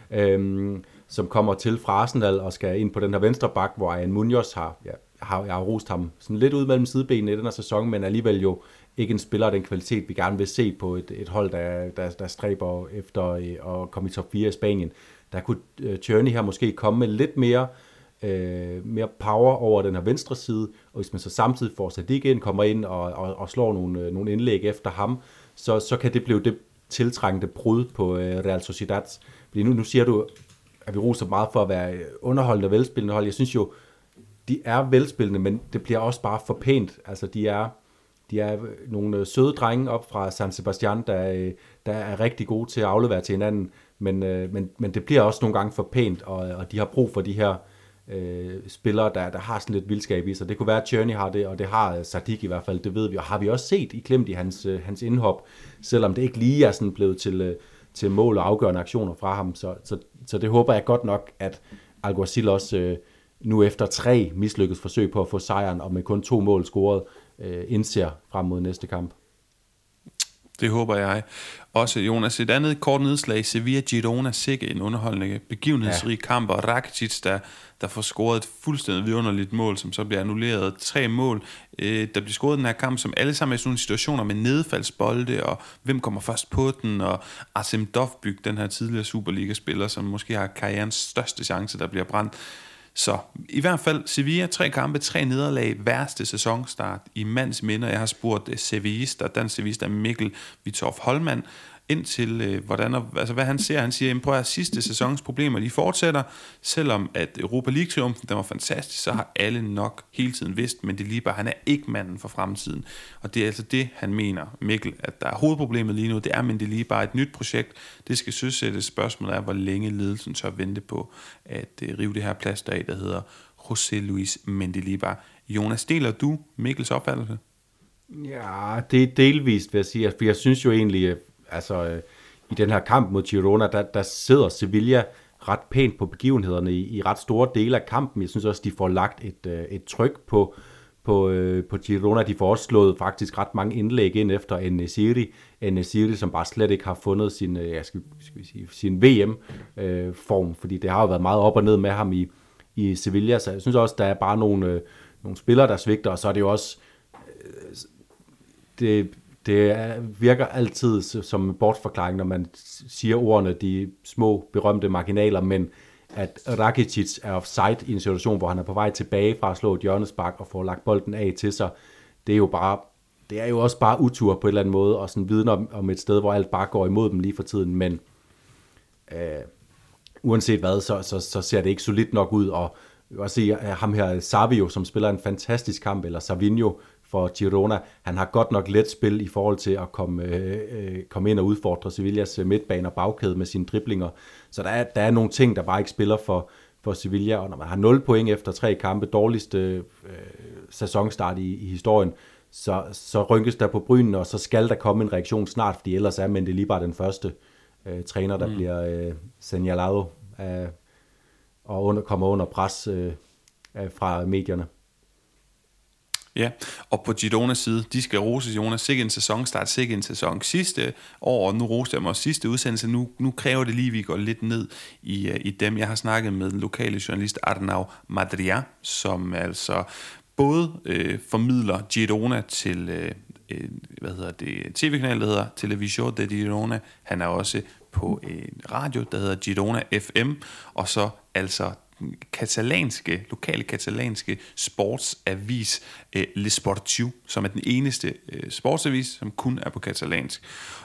øhm, som kommer til fra Arsenal og skal ind på den her venstre bak, hvor Ian Munoz har... Ja, har, jeg har rost ham sådan lidt ud mellem sidebenene i den her sæson, men alligevel jo ikke en spiller af den kvalitet, vi gerne vil se på et, et hold, der, der, der stræber efter at komme i top fire i Spanien. Der kunne uh, Tierney her måske komme med lidt mere, uh, mere power over den her venstre side, og hvis man så samtidig får Sadiq ind, kommer ind og, og, og slår nogle, uh, nogle indlæg efter ham, så, så kan det blive det tiltrængende brud på uh, Real Sociedad. Fordi nu, nu siger du, at vi roser meget for at være underholdende og velspillende hold. Jeg synes jo, de er velspillende, men det bliver også bare for pænt. Altså, de er, de er nogle søde drenge op fra San Sebastian, der, der er rigtig gode til at aflevere til hinanden, men, men, men det bliver også nogle gange for pænt, og, og de har brug for de her øh, spillere, der, der har sådan lidt vildskab i sig. Det kunne være, at Tierney har det, og det har Sadiq i hvert fald, det ved vi, og har vi også set i klemt i hans, hans indhop, selvom det ikke lige er sådan blevet til, til mål og afgørende aktioner fra ham. Så, så, så det håber jeg godt nok, at Alguacil også øh, nu efter tre mislykkes forsøg på at få sejren, og med kun to mål scoret, øh, indser frem mod næste kamp. Det håber jeg. Også, Jonas, et andet kort nedslag. Sevilla Girona, sikke en underholdende, begivenhedsrig ja. kamp, og Rakitic, der, der får scoret et fuldstændig vidunderligt mål, som så bliver annulleret. Tre mål, øh, der bliver scoret den her kamp, som alle sammen er sådan nogle situationer med nedfaldsbolde, og hvem kommer først på den, og Asim Dovbyk, den her tidligere Superliga-spiller, som måske har karrierens største chance, der bliver brændt. Så i hvert fald Sevilla, tre kampe, tre nederlag, værste sæsonstart i mands minder. Jeg har spurgt Sevillista, dansk Sevillista Mikkel Vitorf Holman, ind til, øh, hvordan, altså hvad han ser. Han siger, prøv at sidste sæsons problemer, de fortsætter, selvom at Europa League-triumfen, den var fantastisk, så har alle nok hele tiden vidst, men det er lige bare, han er ikke manden for fremtiden. Og det er altså det, han mener, Mikkel, at der er hovedproblemet lige nu, det er, men det er lige bare et nyt projekt. Det skal søsættes. Spørgsmålet er, hvor længe ledelsen tør vente på at øh, rive det her plaster af, der hedder José Luis Mendilibar. Jonas, deler du Mikkels opfattelse? Ja, det er delvist, vil jeg sige, for jeg synes jo egentlig, altså øh, i den her kamp mod Girona, der, der sidder Sevilla ret pænt på begivenhederne i, i ret store dele af kampen. Jeg synes også, de får lagt et, øh, et tryk på, på, øh, på Girona. De får også slået faktisk ret mange indlæg ind efter En-Nesyri. En-Nesyri, som bare slet ikke har fundet sin, øh, jeg skal, skal vi sige, sin V M-form, øh, fordi det har jo været meget op og ned med ham i, i Sevilla. Så jeg synes også, der er bare nogle, øh, nogle spillere, der svigter, og så er det jo også øh, det Det virker altid som bortforklaring, når man siger ordene, de små berømte marginaler, men at Rakitic er offside i en situation, hvor han er på vej tilbage fra at slå et hjørnespark og få lagt bolden af til sig, det er jo bare, det er jo også bare utur på en eller anden måde, og sådan viden om, om et sted, hvor alt bare går imod dem lige for tiden, men øh, uanset hvad, så, så, så ser det ikke solidt nok ud, og jeg vil også sige, at ham her Savio, som spiller en fantastisk kamp, eller Savinho, for Girona. Han har godt nok let spil i forhold til at komme, øh, komme ind og udfordre Sevillas midtbane og bagkæde med sine driblinger. Så der er, der er nogle ting, der bare ikke spiller for, for Sevilla, og når man har nul point efter tre kampe, dårligste øh, sæsonstart i, i historien, så, så rynkes der på brynen, og så skal der komme en reaktion snart, fordi ellers er man det lige bare den første øh, træner, der mm. bliver øh, señalado af, og under, kommer under pres øh, fra medierne. Ja, og på Gironas side, de skal roses, Jonas. Sikke en sæson, start sikke en sæson sidste år, og nu roste jeg mig sidste udsendelse. Nu, nu kræver det lige, at vi går lidt ned i, i dem. Jeg har snakket med den lokale journalist Arnau Madria, som altså både øh, formidler Girona til øh, hvad hedder det, tv-kanal, der hedder Television de Girona. Han er også på en radio, der hedder Girona F M, og så altså katalanske, lokale katalanske sportsavis eh, Le Sportiu, som er den eneste eh, sportsavis, som kun er på katalansk.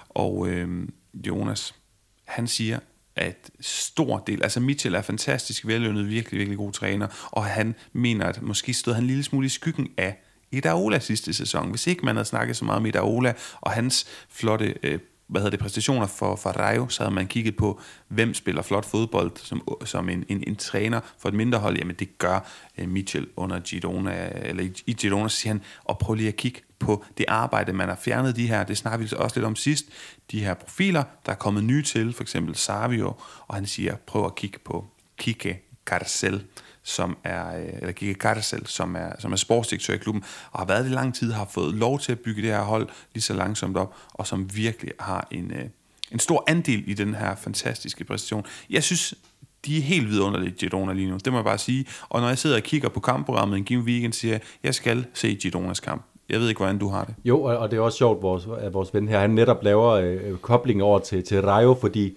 Og eh, Jonas, han siger, at stor del, altså Mitchell er fantastisk vellønnet, virkelig, virkelig god træner, og han mener, at måske stod han en lille smule i skyggen af Iraola sidste sæson. Hvis ikke man havde snakket så meget om Iraola og hans flotte eh, hvad hedder det, præstationer for, for Rayo, så havde man kigget på, hvem spiller flot fodbold som, som en, en, en træner for et mindre hold. Jamen det gør uh, Mitchell under Girona, eller i, i Girona, så siger han, og prøv lige at kigge på det arbejde, man har fjernet de her, det snakker vi også lidt om sidst, de her profiler, der er kommet nye til, for eksempel Savio, og han siger, prøv at kigge på Kike Carcel, som er, eller Kike Carcel, som er, som er sportsdirektør i klubben, og har været det i lang tid, har fået lov til at bygge det her hold lige så langsomt op, og som virkelig har en, en stor andel i den her fantastiske præstation. Jeg synes, de er helt vidunderlige, Girona lige nu, det må jeg bare sige, og når jeg sidder og kigger på kampprogrammet en given weekend, siger jeg, jeg skal se Gironas kamp. Jeg ved ikke, hvordan du har det. Jo, og det er også sjovt, vores, at vores ven her, han netop laver øh, koblingen over til, til Rayo, fordi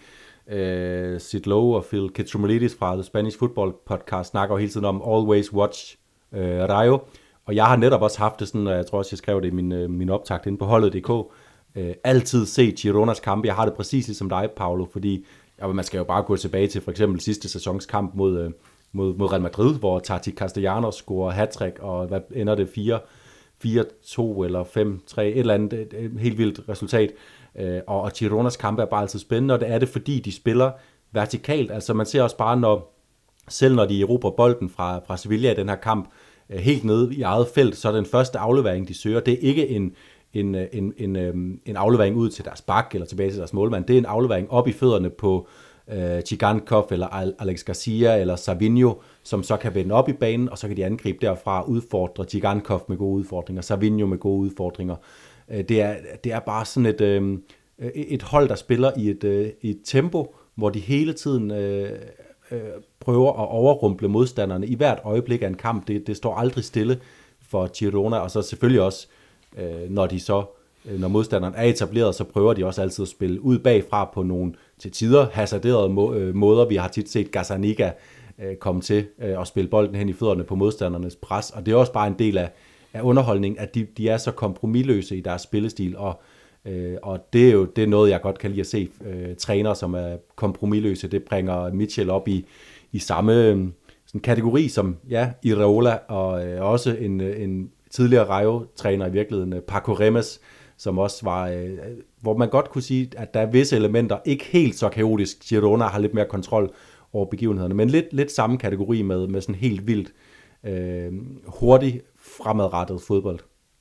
Uh, Sid Lowe og Phil Ketromolidis fra The Spanish Football Podcast snakker jo hele tiden om Always Watch uh, Rayo, og jeg har netop også haft det sådan, og jeg tror også, jeg skrev det i min, uh, min optakt inde på holdet punktum d k, uh, altid se Gironas kampe. Jeg har det præcis ligesom dig, Paolo, fordi ja, man skal jo bare gå tilbage til for eksempel sidste sæsons kamp mod, uh, mod, mod Real Madrid, hvor Tati Castellanos scorer hat-trick, og hvad ender det, fire to eller fem tre, et eller andet, et, et helt vildt resultat. Uh, og, og Gironas kampe er bare altid spændende, og det er det, fordi de spiller vertikalt. Altså man ser også bare, når selv når de erobrer bolden fra, fra Sevilla i den her kamp, uh, helt nede i eget felt, så er den første aflevering, de søger, det er ikke en, en, en, en, um, en aflevering ud til deres bak eller tilbage til deres målmand, det er en aflevering op i fødderne på uh, Chigankov eller Alex Garcia eller Savinho, som så kan vende op i banen, og så kan de angribe derfra, udfordre Chigankov med gode udfordringer, Savinho med gode udfordringer. Det er, det er bare sådan et, øh, et hold, der spiller i et, øh, i et tempo, hvor de hele tiden øh, øh, prøver at overrumple modstanderne i hvert øjeblik af en kamp. Det, det står aldrig stille for Girona, og så selvfølgelig også, øh, når de så, øh, når modstanderen er etableret, så prøver de også altid at spille ud bagfra på nogle til tider hasarderede må, øh, måder. Vi har tit set Gazzaniga øh, komme til øh, at spille bolden hen i fødderne på modstandernes pres, og det er også bare en del af af underholdning, at de, de er så kompromisløse i deres spillestil, og, øh, og det er jo det er noget, jeg godt kan lide at se. Øh, trænere, som er kompromisløse, det bringer Mitchell op i, i samme sådan kategori som ja, Iraola, og øh, også en, en tidligere Rayo-træner i virkeligheden, Paco Remes, som også var, øh, hvor man godt kunne sige, at der er visse elementer, ikke helt så kaotisk. Girona har lidt mere kontrol over begivenhederne, men lidt, lidt samme kategori med, med sådan helt vildt øh, hurtigt fremadrettet fodbold.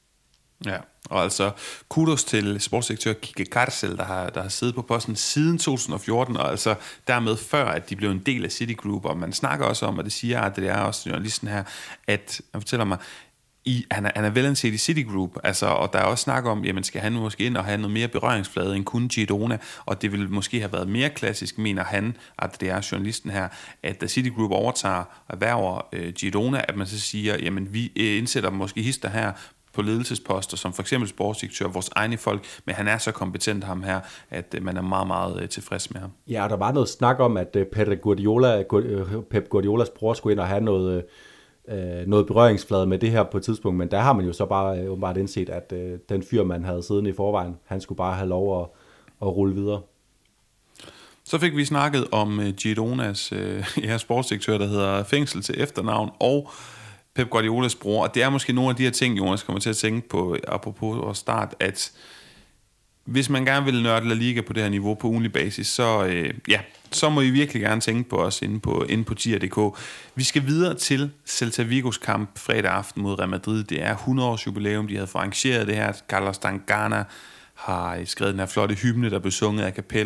Ja, og altså kudos til sportsdirektør Kike Carcel, der har, der har siddet på posten siden to tusind og fjorten, og altså dermed før, at de blev en del af Citigroup, og man snakker også om, og det siger, at det er også journalisten her, at han fortæller mig, I, han, er, han er velanset i Citigroup, altså, og der er også snak om, jamen skal han måske ind og have noget mere berøringsflade end kun Girona, og det ville måske have været mere klassisk, mener han, at det er journalisten her, at da Citigroup overtager og erhverver øh, Girona, at man så siger, jamen vi øh, indsætter måske hister her på ledelsesposter, som for eksempel sportsdirektør, vores egne folk, men han er så kompetent ham her, at øh, man er meget, meget øh, tilfreds med ham. Ja, og der var noget snak om, at øh, Pep Guardiola, Pep Guardiolas bror skulle ind og have noget øh, noget berøringsflade med det her på et tidspunkt, men der har man jo så bare øh, åbenbart indset, at øh, den fyr, man havde siddende i forvejen, han skulle bare have lov at, at rulle videre. Så fik vi snakket om øh, Gironas øh, ja, sportsdirektør, der hedder Fængsel til efternavn, og Pep Guardiolas bror, og det er måske nogle af de her ting, Jonas kommer til at tænke på, apropos vores start, at hvis man gerne vil nørde La Liga på det her niveau på ugenlig basis, så, øh, ja, så må I virkelig gerne tænke på os inde på, inde på tier punktum d k. Vi skal videre til Celta Vigos kamp fredag aften mod Real Madrid. Det er hundrede års jubilæum, de havde arrangeret det her. Carlos Tangana har skrevet den her flotte hymne, der blev sunget a cappella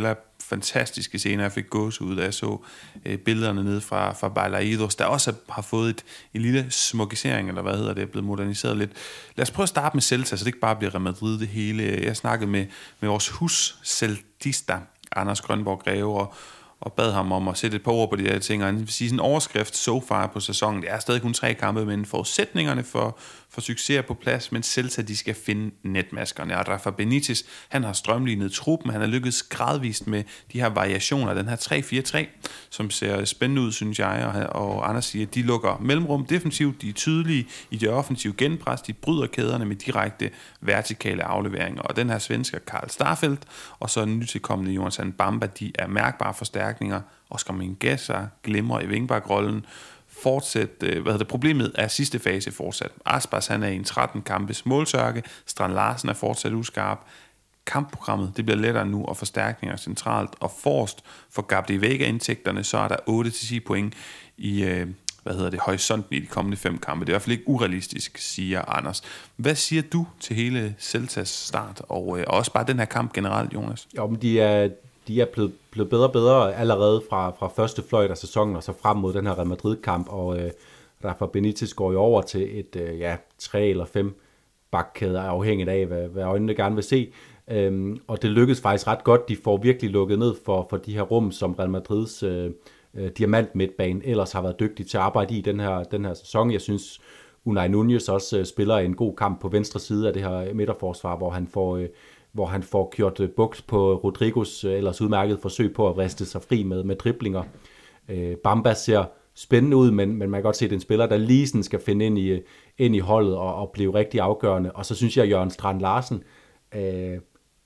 fantastiske scener. Jeg fik gåsehud, da jeg så øh, billederne ned fra, fra Balaidos, der også har fået et, en lille smukisering, eller hvad hedder det, er blevet moderniseret lidt. Lad os prøve at starte med Celta, så det ikke bare bliver Real Madrid det hele. Jeg snakkede med, med vores hus-celtista, Anders Grønborg Greve, og og bad ham om at sætte et par ord på de her ting, og han vil sige sådan en overskrift so far på sæsonen. Det er stadig kun tre kampe, men forudsætningerne for, for succes er på plads, men Celta, de skal finde netmaskerne. Og Rafa Benitez, han har strømlignet truppen, han har lykkedes gradvist med de her variationer, den her tre fire tre, som ser spændende ud, synes jeg, og, og Anders siger, at de lukker mellemrum defensivt, de er tydelige i det offensive genpres, de bryder kæderne med direkte vertikale afleveringer, og den her svensker Karl Starfelt, og så den nytilkommende Jonathan Bamba, de er mærkbare forstærkninger. Oscar Mingueza glimrer i vingbak-rollen. Fortsæt, øh, hvad hedder det, problemet er sidste fase fortsat. Aspas, han er i en tretten kampes målsørke. Strand Larsen er fortsat uskarp. Kampprogrammet, det bliver lettere nu, og forstærkninger centralt. Og forrest for Gabri Vega-indtægterne, så er der otte til ti point i, øh, hvad hedder det, horisonten i de kommende fem kampe. Det er i hvert fald ikke urealistisk, siger Anders. Hvad siger du til hele Celtas start, og, øh, og også bare den her kamp generelt, Jonas? Jo, men de er... De er blevet, blevet bedre og bedre allerede fra, fra første fløjt af sæsonen, og så frem mod den her Real Madrid-kamp, og øh, Rafa Benitez går jo over til et øh, ja, tre eller fem bakkæder, afhængigt af, hvad, hvad øjnene gerne vil se. Øhm, og det lykkes faktisk ret godt. De får virkelig lukket ned for, for de her rum, som Real Madrids øh, øh, diamant-midtbane ellers har været dygtig til at arbejde i den her, den her sæson. Jeg synes, Unai Núñez også øh, spiller en god kamp på venstre side af det her midterforsvar, hvor han får... Øh, hvor han får gjort buks på Rodrigos ellers udmærket forsøg på at vriste sig fri med, med driblinger. Øh, Bamba ser spændende ud, men, men man kan godt se, at det er en spiller, der lige sådan skal finde ind i, ind i holdet og, og blive rigtig afgørende. Og så synes jeg, at Jørgen Strand Larsen, øh,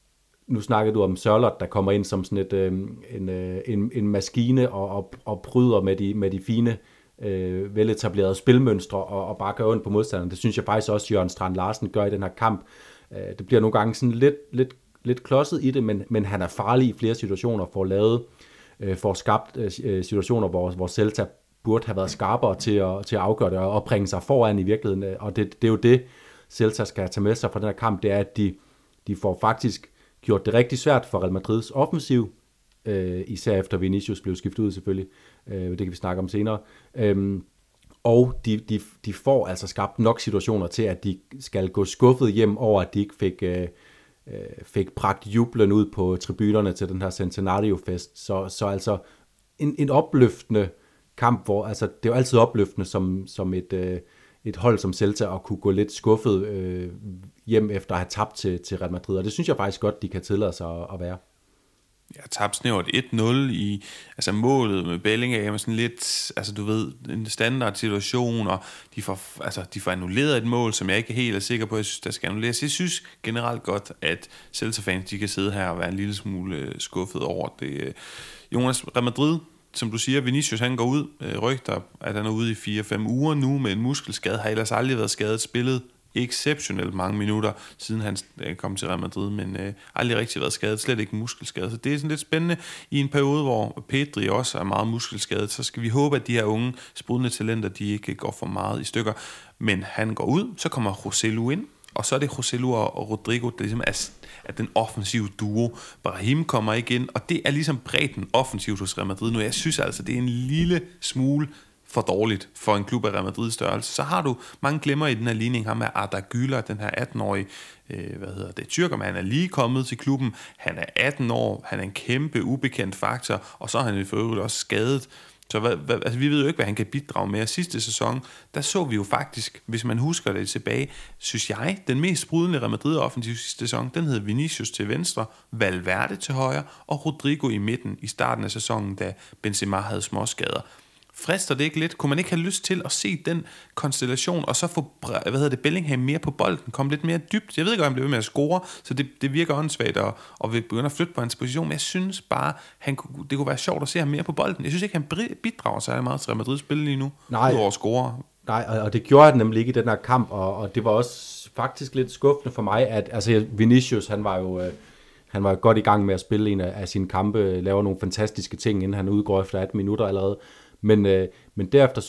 nu snakkede du om Sørloth, der kommer ind som sådan et, øh, en, øh, en, en maskine og, og, og bryder med de, med de fine, øh, veletablerede spilmønstre og, og bare gør ondt på modstanderen. Det synes jeg faktisk også, at Jørgen Strand Larsen gør i den her kamp. Det bliver nogle gange sådan lidt, lidt, lidt klodset i det, men, men han er farlig i flere situationer, for at lave, for at skabe situationer, hvor, hvor Celta burde have været skarpere til at, til at afgøre det, og bringe sig foran i virkeligheden. Og det, det er jo det, Celta skal tage med sig fra den her kamp, det er, at de, de får faktisk gjort det rigtig svært for Real Madrids offensiv, øh, især efter Vinicius blev skiftet ud selvfølgelig, øh, det kan vi snakke om senere, øh, og de, de, de får altså skabt nok situationer til, at de skal gå skuffet hjem over, at de ikke fik, øh, fik bragt jublen ud på tribunerne til den her Centenario-fest. Så, så altså en, en opløftende kamp, hvor altså, det er jo altid opløftende som, som et, øh, et hold som Celta at kunne gå lidt skuffet øh, hjem efter at have tabt til, til Real Madrid. Og det synes jeg faktisk godt, de kan tillade sig at, at være. Jeg har tabt snævert et nul i altså målet med Bellingham, sådan lidt, altså du ved, en standard situation, og de får, altså, de får annulleret et mål, som jeg ikke helt er sikker på, at jeg synes, der skal annulleres. Jeg synes generelt godt, at Celta-fans, de kan sidde her og være en lille smule skuffet over det. Jonas, Real Madrid, som du siger, Vinicius, han går ud, rygter, at han er ude i fire fem uger nu med en muskelskade, har ellers aldrig været skadet, spillet exceptionelt mange minutter, siden han kom til Real Madrid, men øh, aldrig rigtig været skadet, slet ikke muskelskadet. Så det er sådan lidt spændende i en periode, hvor Pedri også er meget muskelskadet, så skal vi håbe, at de her unge sprudlende talenter, de ikke går for meget i stykker. Men han går ud, så kommer Joselu ind, og så er det Joselu og Rodrigo, der ligesom er, er den offensive duo. Brahim kommer ikke ind, og det er ligesom bredden offensivt hos Real Madrid nu. Jeg synes altså, det er en lille smule for dårligt for en klub af Real Madrid størrelse. Så har du mange glemmer i den her ligning. Ham er Arda Güler, den her atten-årige, øh, hvad hedder det, tyrker, men han er lige kommet til klubben. Han er atten år, han er en kæmpe ubekendt faktor, og så er han i for øvrigt også skadet. Så hvad, hvad, altså, vi ved jo ikke, hvad han kan bidrage med. Sidste sæson, der så vi jo faktisk, hvis man husker det tilbage, synes jeg, den mest sprudlende Real Madrid offensiv sidste sæson, den hed Vinicius til venstre, Valverde til højre, og Rodrigo i midten i starten af sæsonen, da Benzema havde småskader. Frister det ikke lidt? Kunne man ikke have lyst til at se den konstellation, og så få, hvad hedder det, Bellingham mere på bolden, komme lidt mere dybt? Jeg ved ikke, om han bliver ved med at score, så det, det virker åndssvagt, og, og vil begynde at flytte på hans position, men jeg synes bare, han, det kunne være sjovt at se ham mere på bolden. Jeg synes ikke, han bidrager særlig meget til Real Madrids spil lige nu, Nej. udover score. Nej, og det gjorde han nemlig ikke i den her kamp, og, og det var også faktisk lidt skuffende for mig, at altså Vinicius, han var jo... Øh, Han var godt i gang med at spille en af sine kampe, laver nogle fantastiske ting, inden han udgår efter atten minutter allerede. Men, øh, men derefter synes jeg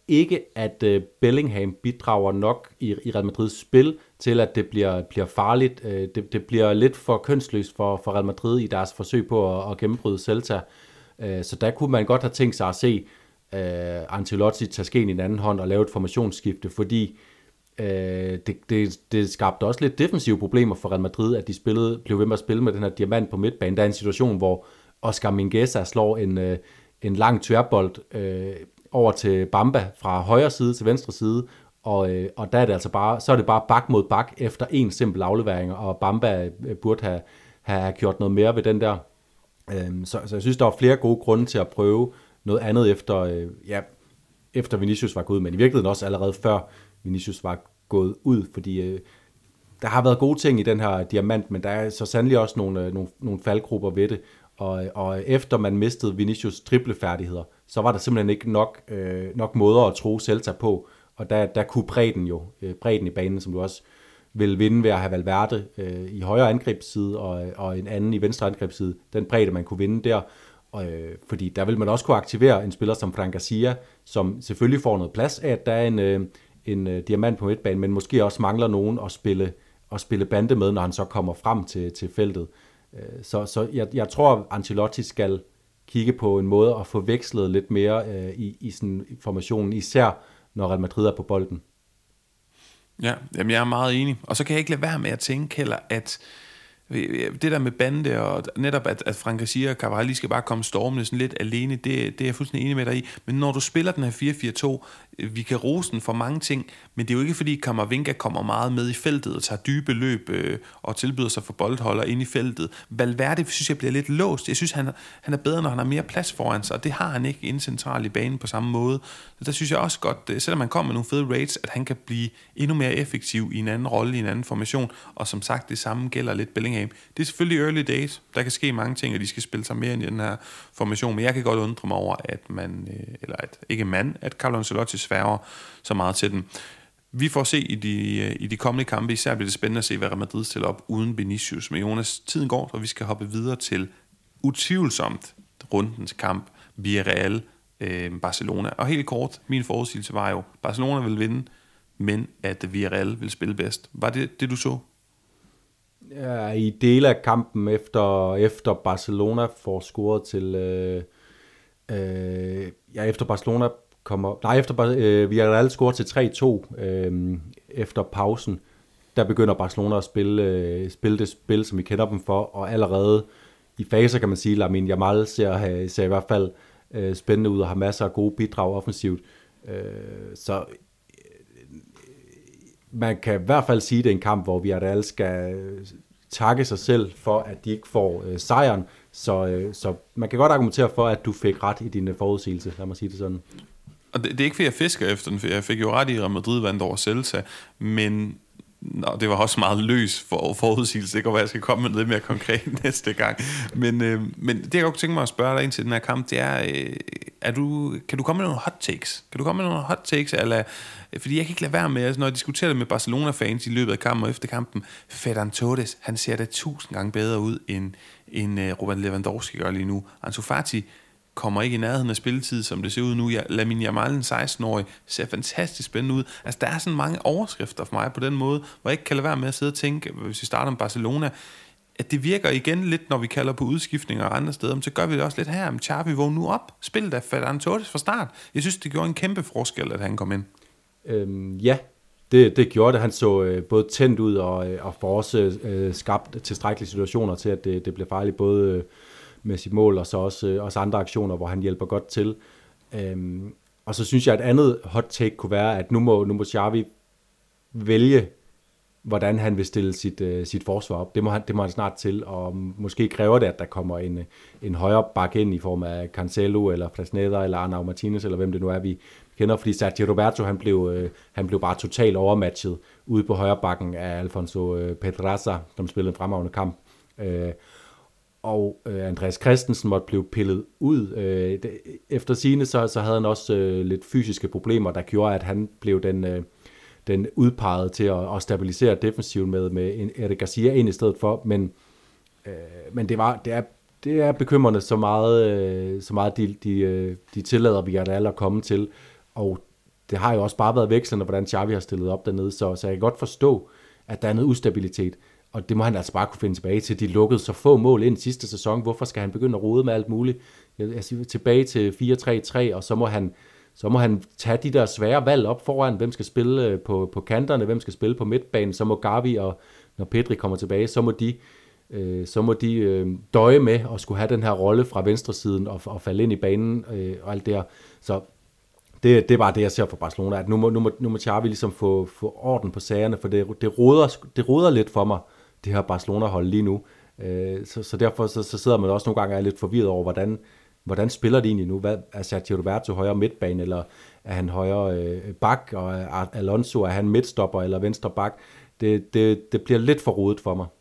ikke, at øh, Bellingham bidrager nok i, i Real Madrids spil til, at det bliver, bliver farligt. Øh, det, det bliver lidt for kønsløst for, for Real Madrid i deres forsøg på at, at gennembryde Celta. Øh, så der kunne man godt have tænkt sig at se øh, Ancelotti tage skeen i den anden hånd og lave et formationsskifte, fordi øh, det, det, det skabte også lidt defensive problemer for Real Madrid, at de spillede, blev ved med at spille med den her diamant på midtbanen. Der er en situation, hvor Oscar Mingueza slår en, øh, en lang tværbold øh, over til Bamba fra højre side til venstre side, og, øh, og der er det altså bare, så er det bare bak mod bak efter en simpel aflevering, og Bamba øh, burde have, have gjort noget mere ved den der. Øh, så, så jeg synes, der var flere gode grunde til at prøve noget andet efter, øh, ja, efter Vinicius var gået ud, men i virkeligheden også allerede før Vinicius var gået ud, fordi øh, der har været gode ting i den her diamant, men der er så sandelig også nogle, øh, nogle, nogle faldgrupper ved det. Og, og efter man mistede Vinicius driblefærdigheder, så var der simpelthen ikke nok, øh, nok måder at tro Celta på, og der, der kunne bredden jo, øh, bredden i banen, som du også vil vinde ved at have Valverde øh, i højre angrebsside, og, og en anden i venstre angrebsside, den bredde man kunne vinde der, og, øh, fordi der vil man også kunne aktivere en spiller som Fran Garcia, som selvfølgelig får noget plads af, at der er en, øh, en øh, diamant på midtbanen, men måske også mangler nogen at spille, at spille bande med, når han så kommer frem til, til feltet. Så, så jeg, jeg tror, at Ancelotti skal kigge på en måde at få vekslet lidt mere øh, i, i sådan formationen, især når Real Madrid er på bolden. Ja, jamen jeg er meget enig. Og så kan jeg ikke lade være med at tænke heller, at det der med bande, og netop at, at Fran Garcia og Carvajal skal bare komme stormende sådan lidt alene, det, det er jeg fuldstændig enig med dig i. Men når du spiller den her fire fire to, vi kan rose den for mange ting, men det er jo ikke fordi Camavinga kommer meget med i feltet og tager dybe løb øh, og tilbyder sig for boldholder ind i feltet. Valverde synes jeg bliver lidt låst. Jeg synes han, han er bedre, når han har mere plads foran sig, og det har han ikke inde centralt i banen på samme måde. Så der synes jeg også godt, selvom man kommer med nogle fede rates, at han kan blive endnu mere effektiv i en anden rolle, i en anden formation, og som sagt det samme gælder lidt Bellingham. Det er selvfølgelig early days. Der kan ske mange ting, og de skal spille sig mere ind i den her formation, men jeg kan godt undre mig over, at man, eller at, ikke man, at Carlo Ancelotti sværger så meget til den. Vi får se i de, i de kommende kampe, især bliver det spændende at se, hvad Real Madrid stiller op uden Vinicius. Men Jonas, tiden går, og vi skal hoppe videre til utvivlsomt rundens kamp, Villarreal øh, Barcelona. Og helt kort, min forudsigelse var jo, Barcelona vil vinde, men at Villarreal vil spille bedst. Var det det, du så? Ja, i dele af kampen efter, efter Barcelona får scoret til øh, øh, ja, efter Barcelona kommer, nej, efter øh, Villarreal scorer til tre to øh, efter pausen, der begynder Barcelona at spille, øh, spille det spil, som vi kender dem for, og allerede i faser kan man sige, Lamine Yamal ser, ser i hvert fald øh, spændende ud og har masser af gode bidrag offensivt, øh, så man kan i hvert fald sige, at det er en kamp, hvor Villarreal skal takke sig selv for, at de ikke får øh, sejren. Så, øh, så man kan godt argumentere for, at du fik ret i din forudsigelse, lad mig sige det sådan. Og det, det er ikke fordi, jeg fisker efter den, for jeg fik jo ret i, at Real Madrid vandt over Celta, men nå, det var også meget løs for forudsigelse. Det kan være, jeg skal komme med lidt mere konkret næste gang. Men, øh, men det, jeg godt tænke mig at spørge dig ind til den her kamp, det er, øh, er du, kan du komme med nogle hot takes? Kan du komme med nogle hot takes? Eller, fordi jeg kan ikke lade være med, altså, når jeg diskuterer det med Barcelona-fans i løbet af kampen og efter kampen, Ferran Torres, han ser da tusind gange bedre ud, end, end uh, Robert Lewandowski gør lige nu. Ansu Fati kommer ikke i nærheden af spilletid, som det ser ud nu. Lamine Yamal, en seksten-årig, ser fantastisk spændende ud. Altså, der er sådan mange overskrifter for mig på den måde, hvor jeg ikke kan lade være med at sidde og tænke, hvis vi starter med Barcelona, at det virker igen lidt, når vi kalder på udskiftninger og andre steder, men så gør vi det også lidt her. Men Xavi, vågn nu op. Spil da Ferran Torres fra start. Jeg synes, det gjorde en kæmpe forskel, at han kom ind. Øhm, ja, det, det gjorde det. Han så øh, både tændt ud og, øh, og for også øh, skabt tilstrækkelige situationer til, at det, det blev farligt, både øh, med sit mål og så også, øh, også andre aktioner, hvor han hjælper godt til. Øhm, og så synes jeg, at et andet hot take kunne være, at nu må, nu må Xavi vælge, hvordan han vil stille sit, øh, sit forsvar op. Det må, han, det må han snart til, og måske kræver det, at der kommer en, en højere back ind i form af Cancelo, eller Fresneda, eller Arnau Martinez, eller hvem det nu er, vi kender, fordi Sergio Roberto, han blev, øh, han blev bare totalt overmatchet ude på højre bakken af Alfonso øh, Pedraza, som spillede en fremragende kamp. Øh, og øh, Andreas Christensen måtte blive pillet ud. Øh, det, efter sigende, så, så havde han også øh, lidt fysiske problemer, der gjorde, at han blev den... Øh, den udpegede til at, at stabilisere defensiven med, med Eric Garcia ind i stedet for, men, øh, men det, var, det, er, det er bekymrende så meget, øh, så meget de, de, de tillader Villarreal at komme til, og det har jo også bare været vekslende, hvordan Xavi har stillet op dernede, så, så jeg kan godt forstå, at der er noget ustabilitet, og det må han altså bare kunne finde tilbage til. De lukkede så få mål ind sidste sæson, hvorfor skal han begynde at rode med alt muligt? Jeg, jeg siger tilbage til fire tre tre, og så må han så må han tage de der svære valg op foran, hvem skal spille på, på kanterne, hvem skal spille på midtbanen, så må Gavi, og når Pedri kommer tilbage, så må de, øh, så må de øh, døje med at skulle have den her rolle fra venstresiden og, og falde ind i banen øh, og alt det her. Så det, det er bare det, jeg ser for Barcelona, at nu må, nu må, nu må Xavi ligesom få, få orden på sagerne, for det, det, roder, det roder lidt for mig, det her Barcelona-hold lige nu. Øh, så, så derfor så, så sidder man også nogle gange og er lidt forvirret over, hvordan Hvordan spiller de egentlig nu? Hvad, er Sergio Roberto højre midtbane, eller er han højre øh, bak, og er Alonso, er han midtstopper eller venstre bak? Det, det, det bliver lidt for rodet for mig.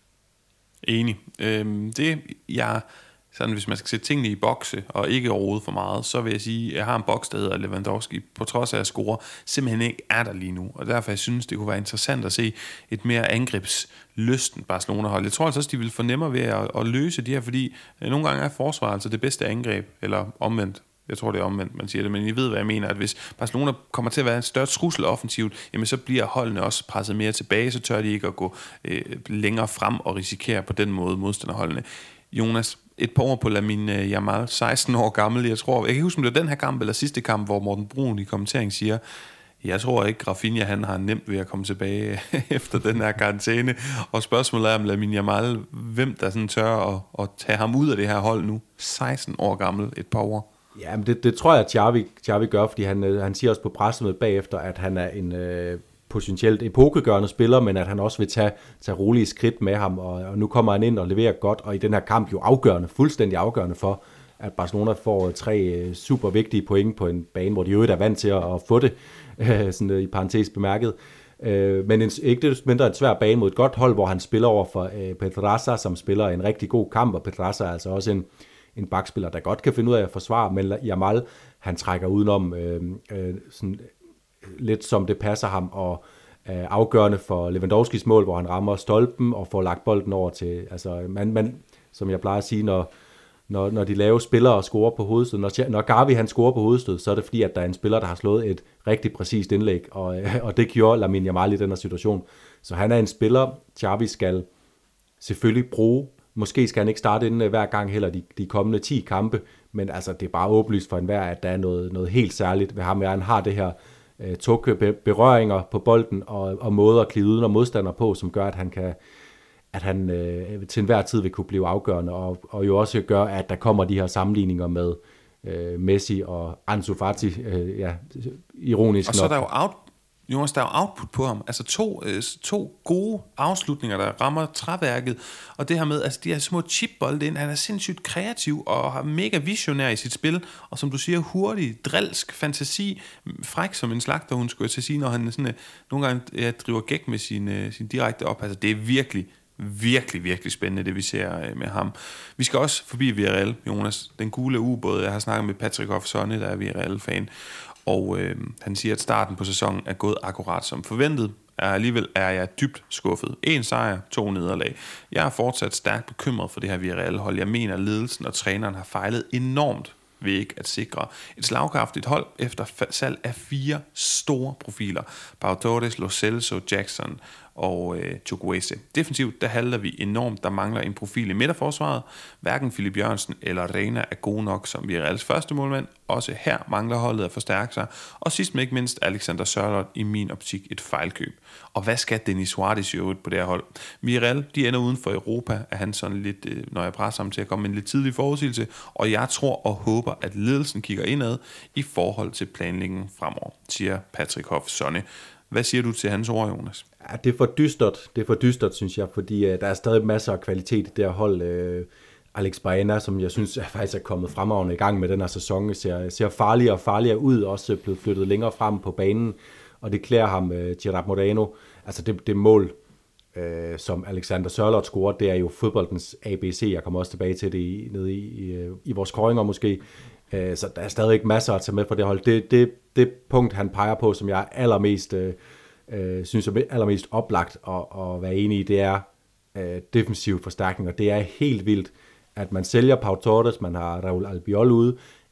Enig. Øhm, det, jeg, sådan, hvis man skal sætte tingene i bokse, og ikke rode for meget, så vil jeg sige, at jeg har en boks, der hedder Lewandowski, på trods af at score, simpelthen ikke er der lige nu. Og derfor jeg synes, det kunne være interessant at se et mere angrebslysten Barcelona-hold. Jeg tror altså også, de vil få nemmere ved at, at løse de her, fordi nogle gange er forsvar altså det bedste angreb, eller omvendt. Jeg tror, det er omvendt, man siger det, men I ved, hvad jeg mener, at hvis Barcelona kommer til at være en større trussel offensivt, jamen så bliver holdene også presset mere tilbage, så tør de ikke at gå øh, længere frem og risikere på den måde modstanderholdene. Jonas, et par ord på Lamine Yamal, seksten år gammel, jeg tror, jeg kan ikke huske, om det var den her kamp eller sidste kamp, hvor Morten Brun i kommenteringen siger, jeg tror ikke, Rafinha han har nemt ved at komme tilbage efter den her karantæne, og spørgsmålet er om Lamine Yamal, hvem der sådan tør at, at tage ham ud af det her hold nu, seksten år gammel, et par år. Ja, men det, det tror jeg, at Xavi, Xavi gør, fordi han, han siger også på pressemødet bagefter, at han er en øh, potentielt epokegørende spiller, men at han også vil tage, tage rolige skridt med ham, og, og nu kommer han ind og leverer godt, og i den her kamp jo afgørende, fuldstændig afgørende for, at Barcelona får tre øh, super vigtige point på en bane, hvor de jo er vant til at, at få det, øh, sådan øh, i parentes bemærket. Øh, men en, ikke det mindre en svær bane mod et godt hold, hvor han spiller over for øh, Pedraza, som spiller en rigtig god kamp, og Pedraza er altså også en en bakspiller, der godt kan finde ud af at forsvare, men Yamal, han trækker udenom øh, øh, sådan, lidt som det passer ham, og øh, afgørende for Lewandowskis mål, hvor han rammer stolpen og får lagt bolden over til, altså man, man som jeg plejer at sige, når, når, når de lave spillere scorer på hovedstød, når, når Gavi han scorer på hovedstød, så er det fordi, at der er en spiller, der har slået et rigtig præcist indlæg, og, øh, og det gjorde Lamine Yamal i den her situation. Så han er en spiller, Xavi skal selvfølgelig bruge. Måske skal han ikke starte inden hver gang heller de, de kommende ti kampe, men altså, det er bare åbenlyst for enhver, at der er noget, noget helt særligt ved ham. Han har det her øh, tukke berøringer på bolden og, og måder at klide uden og modstander på, som gør, at han kan at han øh, til enhver tid vil kunne blive afgørende, og, og jo også gør, at der kommer de her sammenligninger med øh, Messi og Ansu Fati, øh, ja, ironisk nok. Og så er der jo out Jonas, der er jo output på ham. Altså to, øh, to gode afslutninger, der rammer træværket. Og det her med, altså de her små chipbolde ind. Han er sindssygt kreativ og har mega visionær i sit spil. Og som du siger, hurtig, drilsk, fantasi, fræk som en slagter, hun skulle til at sige, når han sådan, øh, nogle gange ja, driver gæk med sin, øh, sin direkte op. Altså det er virkelig, virkelig, virkelig spændende, det vi ser øh, med ham. Vi skal også forbi Villarreal, Jonas. Den gule ubåd. Jeg har snakket med Patrick Hoff-Sonne, der er Villarreal-fan. Og øh, han siger, at starten på sæsonen er gået akkurat som forventet. Er alligevel er jeg dybt skuffet. En sejr, to nederlag. Jeg er fortsat stærkt bekymret for det her Villarreal-hold. Jeg mener, at ledelsen og træneren har fejlet enormt ved ikke at sikre et slagkraftigt hold efter salg af fire store profiler. Pau Torres, Lo Celso, Jackson og øh, Chukwueze. Defensivt, der halter vi enormt. Der mangler en profil i midterforsvaret. Hverken Philip Jørgensen eller Reina er gode nok som Villarreals første målmand. Også her mangler holdet at forstærke sig. Og sidst men ikke mindst, Alexander Sørloth i min optik et fejlkøb. Og hvad skal Denis Suarez i øvrigt på det her hold? Villarreal, de ender uden for Europa, er han sådan lidt, øh, når jeg presser ham til at komme med en lidt tidlig forudsigelse. Og jeg tror og håber, at ledelsen kigger indad i forhold til planlægningen fremover, siger Patrick Hoff-Sonne. Hvad siger du til hans ord, Jonas? Ja, det er for dystert, det er for dystert, synes jeg, fordi uh, der er stadig masser af kvalitet i det her hold. Uh, Alex Baena, som jeg synes er faktisk er kommet fremragende i gang med den her sæson, ser, ser farligere og farligere ud, også blevet flyttet længere frem på banen, og det klæder ham, uh, Gerard Moreno. Altså det, det mål, uh, som Alexander Sørloth scorer, det er jo fodboldens A B C. Jeg kommer også tilbage til det i, nede i, i, i vores kåringer måske. Uh, så der er stadig ikke masser at tage med på det hold. Det, det, det punkt, han peger på, som jeg er allermest... Uh, Øh, synes jeg er allermest oplagt at, at være enig i, det er øh, defensiv forstærkning, og det er helt vildt, at man sælger Pau Torres, man har Raúl Albiol ude,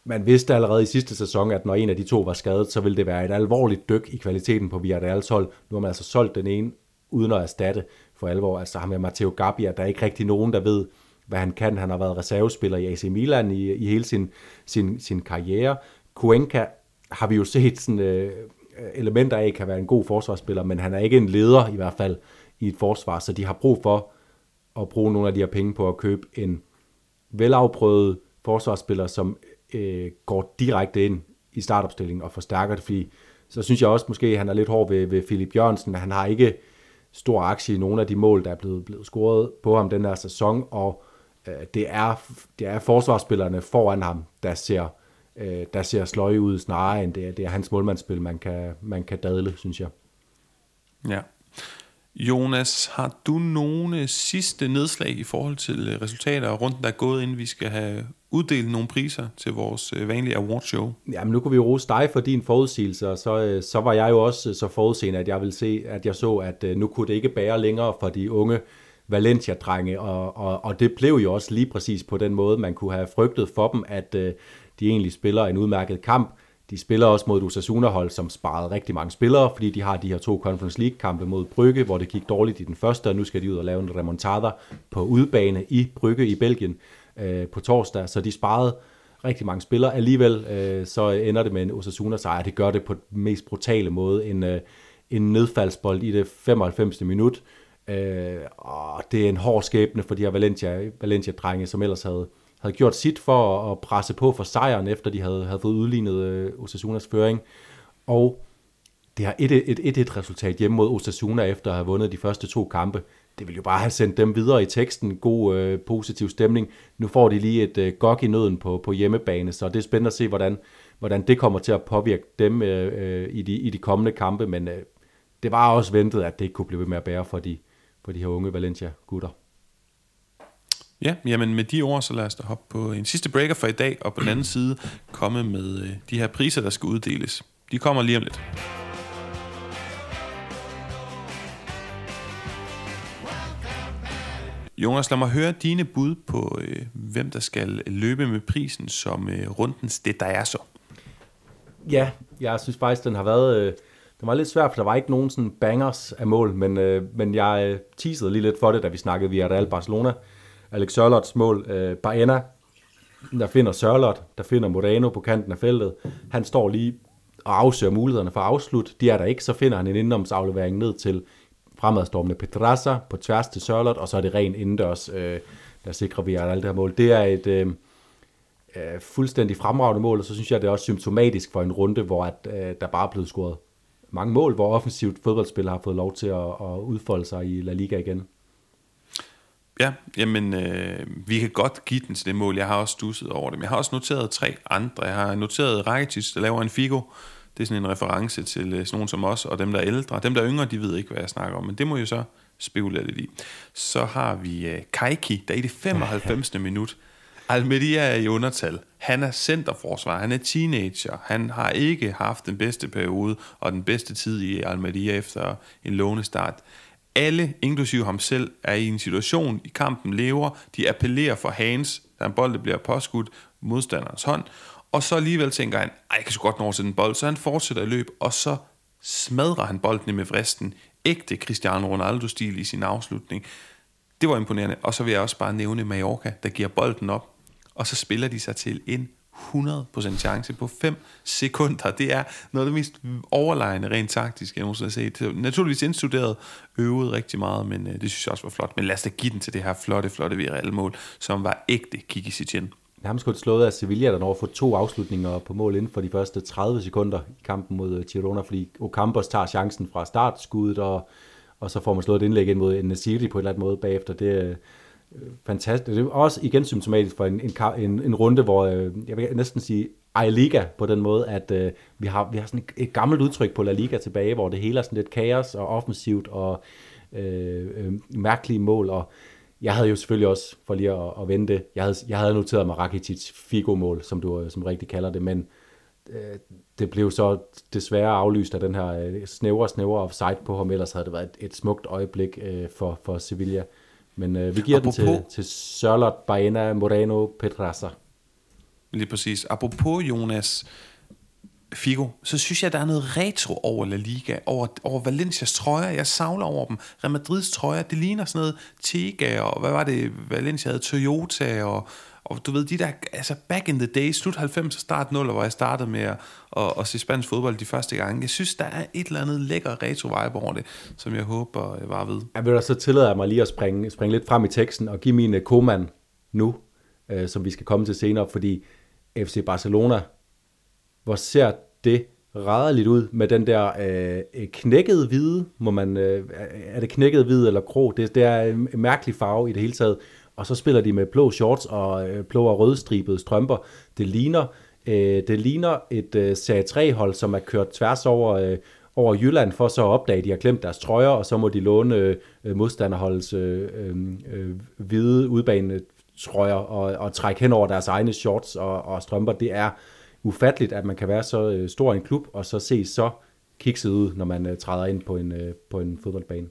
man vidste allerede i sidste sæson, at når en af de to var skadet, så ville det være et alvorligt dyk i kvaliteten på Villarreals hold. Nu har man altså solgt den ene, uden at erstatte for alvor. Altså ham med Matteo Gabbia, der er ikke rigtig nogen, der ved, hvad han kan. Han har været reservespiller i A C Milan i, i hele sin, sin, sin karriere. Cuenca har vi jo set sådan, øh, elementer af, kan være en god forsvarsspiller, men han er ikke en leder i hvert fald i et forsvar, så de har brug for at bruge nogle af de her penge på at købe en velafprøvet forsvarsspiller, som øh, går direkte ind i startopstillingen og forstærker det, fordi så synes jeg også måske, at han er lidt hård ved, ved Philip Jørgensen. Han har ikke stor aktie i nogle af de mål, der er blevet, blevet scoret på ham den her sæson, og øh, det, er, det er forsvarsspillerne foran ham, der ser, øh, der ser sløje ud snarere, end det er, det er hans målmandsspil, man kan, man kan dadle, synes jeg. Ja. Jonas, har du nogle sidste nedslag i forhold til resultater og runden, der er gået, inden vi skal have uddelt nogle priser til vores vanlige awardshow? Jamen, nu kunne vi jo rose dig for din forudsigelse, og så, så var jeg jo også så forudseende, at jeg ville se, at jeg så, at nu kunne det ikke bære længere for de unge Valencia-drenge, og, og, og det blev jo også lige præcis på den måde, man kunne have frygtet for dem, at de egentlig spiller en udmærket kamp. De spiller også mod et Osasuna-hold, som sparede rigtig mange spillere, fordi de har de her to Conference League-kampe mod Brygge, hvor det gik dårligt i den første, og nu skal de ud og lave en remontada på udebane i Brygge i Belgien øh, på torsdag. Så de sparede rigtig mange spillere. Alligevel øh, så ender det med en Osasuna-sejr. Det gør det på den mest brutale måde. En, øh, en nedfaldsbold i det femoghalvfemste minut. Øh, og det er en hård skæbne for de her Valencia, Valencia-drenge, som ellers havde havde gjort sit for at presse på for sejren, efter de havde, havde fået udlignet øh, Osasunas føring. Og det har et et resultat hjemme mod Osasuna, efter at have vundet de første to kampe. Det vil jo bare have sendt dem videre i teksten. God, øh, positiv stemning. Nu får de lige et øh, gok i nøden på, på hjemmebane, så det er spændende at se, hvordan, hvordan det kommer til at påvirke dem øh, i, de, i de kommende kampe. Men øh, det var også ventet, at det ikke kunne blive ved med at bære for de, for de her unge Valencia-gutter. Ja, jamen med de ord, så lad os da hoppe på en sidste breaker for i dag, og på den anden side komme med øh, de her priser, der skal uddeles. De kommer lige om lidt. Jonas, lad mig høre dine bud på, øh, hvem der skal løbe med prisen som øh, rundens det, der er så. Ja, jeg synes faktisk, den har været... Øh Det var lidt svært, for der var ikke nogen sådan bangers af mål, men, øh, men jeg øh, teasede lige lidt for det, da vi snakkede via Real Barcelona. Alex Sørloths mål, øh, Baena, der finder Sørloth, der finder Moreno på kanten af feltet. Han står lige og afsøger mulighederne for at afslutte. De er der ikke, så finder han en indenomsaflevering ned til fremadstormende Pedraza på tværs til Sørloth, og så er det ren indendørs, øh, der sikrer vi alt det her mål. Det er et øh, øh, fuldstændig fremragende mål, og så synes jeg, det er også symptomatisk for en runde, hvor at, øh, der bare er blevet scoret mange mål, hvor offensivt fodboldspil har fået lov til at, at udfolde sig i La Liga igen. Ja, jamen, øh, vi kan godt give den til det mål. Jeg har også stusset over det, men jeg har også noteret tre andre. Jeg har noteret Rakitic, der laver en Figo. Det er sådan en reference til sådan nogen som os, og dem, der er ældre. Dem, der er yngre, de ved ikke, hvad jeg snakker om, men det må jo så spekulere lidt i. Så har vi øh, Kajki, der i det femoghalvfemste minut. Almeria er i undertal. Han er centerforsvar, han er teenager. Han har ikke haft den bedste periode og den bedste tid i Almeria efter en lovende start. Alle, inklusive ham selv, er i en situation i kampen lever. De appellerer for hands, da en bold bliver påskudt modstanderens hånd. Og så alligevel tænker han, ej, jeg kan så godt nå til den bold. Så han fortsætter at løbe, og så smadrer han bolden med vristen. Ægte Cristiano Ronaldo-stil i sin afslutning. Det var imponerende. Og så vil jeg også bare nævne Mallorca, der giver bolden op. Og så spiller de sig til en hundrede procent chance på fem sekunder. Det er noget af det mest overlegne rent taktisk, jeg nogensinde har set. Naturligvis indstuderet, øvet rigtig meget, men øh, det synes jeg også var flot. Men lad os da give den til det her flotte, flotte Villarreal-mål, som var ægte Kiki Setien. Han har skulle slået af Sevilla, der når få to afslutninger på mål inden for de første tredive sekunder i kampen mod Girona, fordi Ocampos tager chancen fra startskuddet, og, og så får man slået et indlæg ind mod en Nesiri på en eller anden måde bagefter. Det er fantastisk. Det er også igen symptomatisk for en, en, en, en runde, hvor jeg vil næsten sige A Liga på den måde, at øh, vi har, vi har sådan et, et gammelt udtryk på La Liga tilbage, hvor det hele er sådan lidt kaos og offensivt og øh, øh, mærkelige mål, og jeg havde jo selvfølgelig også, for lige at, at vende det, jeg havde, jeg havde noteret mig Rakitic Figo-mål, som du som rigtig kalder det, men øh, det blev så desværre aflyst af den her øh, snævre, snævre offside på ham, ellers havde det været et, et smukt øjeblik øh, for, for Sevilla. Men øh, vi giver Apropos. den til, til Sørloth, Baena, Moreno, Pedraza. lige præcis. Apropos Jonas Figo, så synes jeg, der er noget retro over La Liga, over, over Valencias trøjer. Jeg savler over dem. Real Madrids trøjer, det ligner sådan noget Tega, og hvad var det, Valencia havde, Toyota, og, og du ved, de der, altså back in the day, slut halvfems og start nuller, hvor jeg startede med at, at, at se spansk fodbold de første gange. Jeg synes, der er et eller andet lækker retro-vibe over det, som jeg håber, jeg var ved. Jeg vil da så tillade mig lige at springe, springe lidt frem i teksten, og give min Koeman nu, øh, som vi skal komme til senere, fordi F C Barcelona, hvor ser det rædderligt ud med den der øh, knækkede hvide, må man, øh, er det knækket hvide eller grå? Det, det er en mærkelig farve i det hele taget. Og så spiller de med blå shorts og øh, blå og rødstribede strømper. Det ligner, øh, det ligner et øh, Serie tre hold, som er kørt tværs over, øh, over Jylland for så at opdage, at de har glemt deres trøjer, og så må de låne øh, modstanderholdets øh, øh, hvide udbane trøjer og, og trække hen over deres egne shorts og, og strømper. Det er ufatteligt, at man kan være så øh, stor en klub, og så se så kikset ud, når man øh, træder ind på en, øh, på en fodboldbane.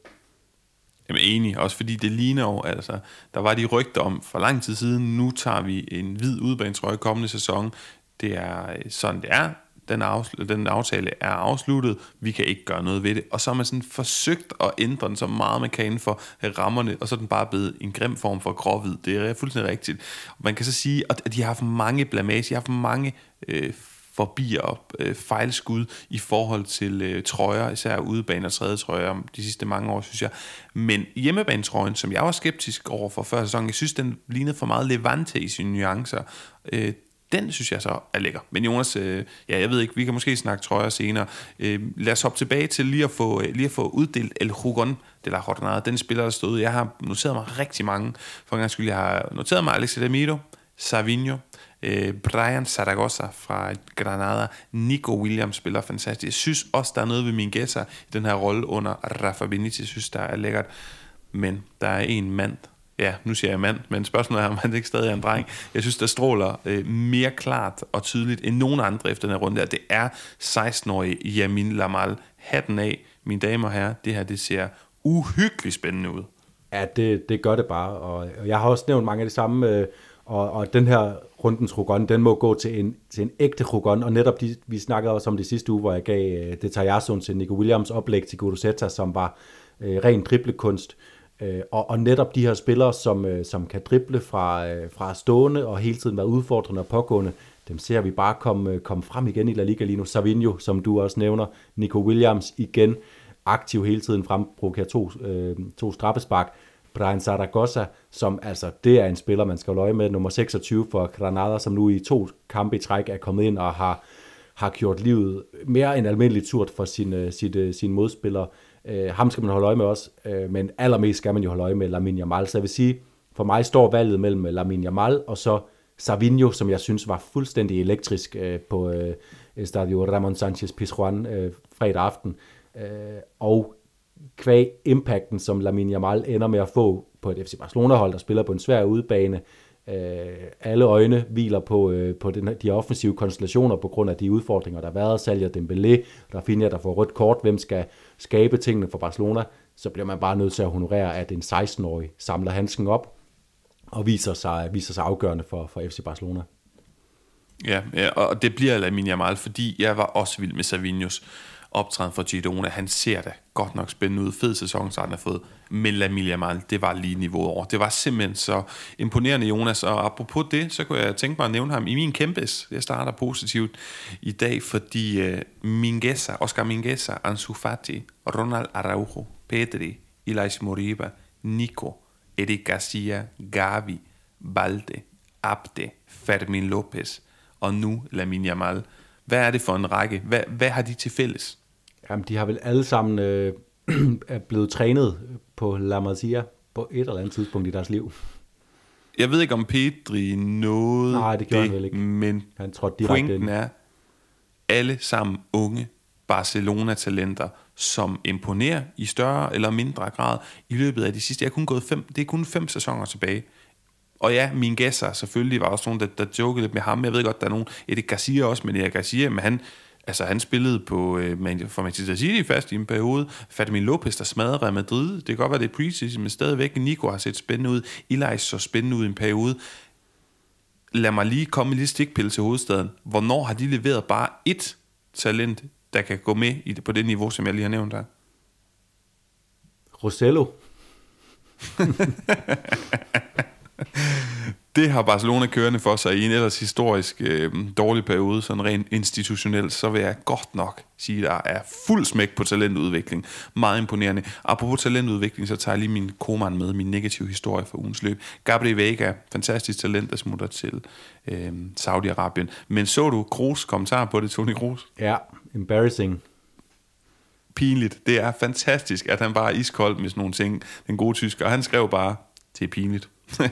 Jamen enig, også fordi det ligner jo, altså, der var de rygter om for lang tid siden, nu tager vi en hvid udbanetrøje kommende sæson. Det er sådan, det er. Den, afsl- den aftale er afsluttet. Vi kan ikke gøre noget ved det. Og så har man sådan forsøgt at ændre den så meget, man kan inden for rammerne, og så er den bare blevet en grim form for gråhvid. Det er fuldstændig rigtigt. Man kan så sige, at de har haft mange blamage, de har haft mange øh, forbier og øh, fejlskud i forhold til øh, trøjer, især udebane og tredje trøjer de sidste mange år, synes jeg. Men hjemmebanetrøjen, som jeg var skeptisk over for før sæson, jeg synes, den lignede for meget Levante i sine nuancer. Øh, Den synes jeg så er lækker. Men Jonas, øh, ja, jeg ved ikke, vi kan måske snakke trøjer senere. Øh, lad os hoppe tilbage til lige at få, lige at få uddelt El Jugon de la Jornada. Den spiller, der stod. Jeg har noteret mig rigtig mange. For en gang skyld, jeg har noteret mig Alex Ramiro, Savinho, øh, Brian Zaragoza fra Granada, Nico Williams spiller fantastisk. Jeg synes også, der er noget ved Mingueza i den her rolle under Rafa Benitez. Jeg synes, der er lækkert. Men der er en mand, ja, nu siger jeg mand, men spørgsmålet er, om han ikke stadig er en dreng. Jeg synes, der stråler øh, mere klart og tydeligt end nogen andre efter den her runde. Det er seksten-årige Yamin Lamal. Hatten af, mine damer og herrer. Det her, det ser uhyggeligt spændende ud. Ja, det, det gør det bare. Og jeg har også nævnt mange af de samme, øh, og, og den her rundens Rugon, den må gå til en, til en ægte Rugon. Og netop, de, vi snakkede også om det sidste uge, hvor jeg gav øh, Detajason til Nico Williams oplæg til Guruceta, som var øh, ren driblekunst. Og, og netop de her spillere, som, som kan drible fra, fra stående og hele tiden være udfordrende og pågående, dem ser vi bare komme, komme frem igen i La Liga lige nu. Savinho, som du også nævner, Nico Williams igen, aktiv hele tiden frem, provokerer to, øh, to straffespark. Brian Zaragoza, som altså, det er en spiller, man skal løje med, nummer seksogtyve for Granada, som nu i to kampe i træk er kommet ind og har, har gjort livet mere end almindeligt surt for sine, sine, sine modspillere. Uh, ham skal man holde øje med også, uh, men allermest skal man jo holde øje med Lamine Yamal. Så jeg vil sige, for mig står valget mellem Lamine Yamal og så Savinho, som jeg synes var fuldstændig elektrisk uh, på uh, Estadio Ramon Sanchez Pizjuan uh, fredag aften. Uh, og kvæg impacten, som Lamine Yamal ender med at få på et F C Barcelona-hold, der spiller på en svær udebane. Uh, alle øjne hviler på, uh, på den, de offensive konstellationer på grund af de udfordringer, der har været. Salja Dembélé, Rafinha, der får rødt kort, hvem skal skabe tingene for Barcelona, så bliver man bare nødt til at honorere, at en seksten-årig samler handsken op og viser sig, viser sig afgørende for, for F C Barcelona. Ja, ja, og det bliver Lamine Yamal, fordi jeg var også vild med Savinhos optræden for Girona. Han ser da godt nok spændende ud. Fed sæson, så han har fået. Men Lamine Yamal, det var lige niveauet over. Det var simpelthen så imponerende, Jonas. Og apropos det, så kunne jeg tænke mig at nævne ham i min kæmpes. Jeg starter positivt i dag, fordi uh, Mingueza, Oscar Mingueza, Ansu Fati, Ronald Araujo, Pedri, Ilaix Moriba, Nico, Eric Garcia, Gavi, Balde, Abde, Fermin Lopez og nu Lamine Yamal. Hvad er det for en række? Hvad, hvad har de til fælles? Jamen, de har vel alle sammen øh, er blevet trænet på La Masia på et eller andet tidspunkt i deres liv. Jeg ved ikke, om Pedri nåede Nej, det gjorde det, han vel ikke. Men han trådte pointen ind. er, alle sammen unge Barcelona-talenter, som imponerer i større eller mindre grad i løbet af de sidste. Jeg kun gået fem, det er kun fem sæsoner tilbage. Og ja, Mingueza selvfølgelig var også nogen, der, der jokede lidt med ham. Jeg ved godt, der er nogen, Eric Garcia også, men Eric Garcia, men han, altså, han spillede på, øh, for Manchester City fast i en periode. Fermin Lopez, der smadrede Real Madrid. Det kan godt være, det er preseason, men stadigvæk. Nico har set spændende ud. Ilaix så spændende ud i en periode. lad mig lige komme med lidt stikpille til hovedstaden. Hvornår har de leveret bare ét talent, der kan gå med i det, på det niveau, som jeg lige har nævnt her? Rosello. Det har Barcelona kørende for sig i en ellers historisk øh, dårlig periode, sådan rent institutionelt, så vil jeg godt nok sige, at der er fuld smæk på talentudvikling. Meget imponerende. Apropos talentudvikling, så tager jeg lige min Koeman med, min negative historie for ugens løb. Gabri Veiga, fantastisk talent, der smutter til øh, Saudi-Arabien. Men så du Kroos kommentar på det, Toni Kroos? Ja, embarrassing. Pinligt. Det er fantastisk, at han bare er iskold med sådan nogle ting, den gode tysker. Og han skrev bare, det er pinligt.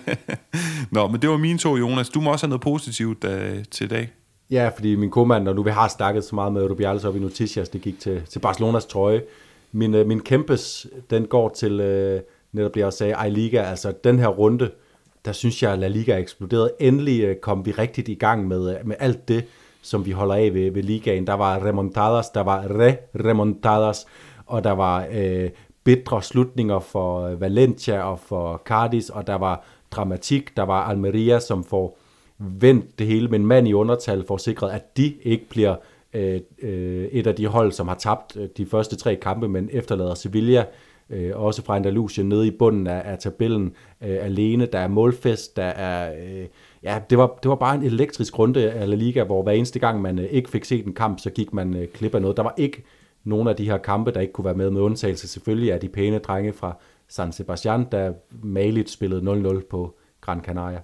Nå, men det var mine to, Jonas. Du må også have noget positivt uh, til i dag. Ja, fordi min kommand, når nu vi har snakket så meget med Rubiales op i Noticias, det gik til, til Barcelonas trøje. Min, uh, min kæmpes, den går til, uh, netop det jeg sagde, I-Liga. Altså den her runde, der synes jeg, at La Liga er eksploderet. Endelig uh, kom vi rigtigt i gang med, uh, med alt det, som vi holder af ved, ved ligaen. Der var remontadas, der var re-remontadas, og der var uh, bitre slutninger for Valencia og for Cadiz, og der var dramatik, der var Almeria, som får vendt det hele med en mand i undertal, for sikret, at de ikke bliver øh, øh, et af de hold, som har tabt de første tre kampe, men efterlader Sevilla, øh, også fra Andalusien, nede i bunden af, af tabellen øh, alene. Der er målfest, der er... Øh, ja, det var, det var bare en elektrisk runde af La Liga, hvor hver eneste gang, man øh, ikke fik set en kamp, så gik man øh, klip af noget. Der var ikke nogle af de her kampe, der ikke kunne være med med undtagelse. Selvfølgelig er de pæne drenge fra San Sebastian, der maligt spillede nul nul på Gran Canaria.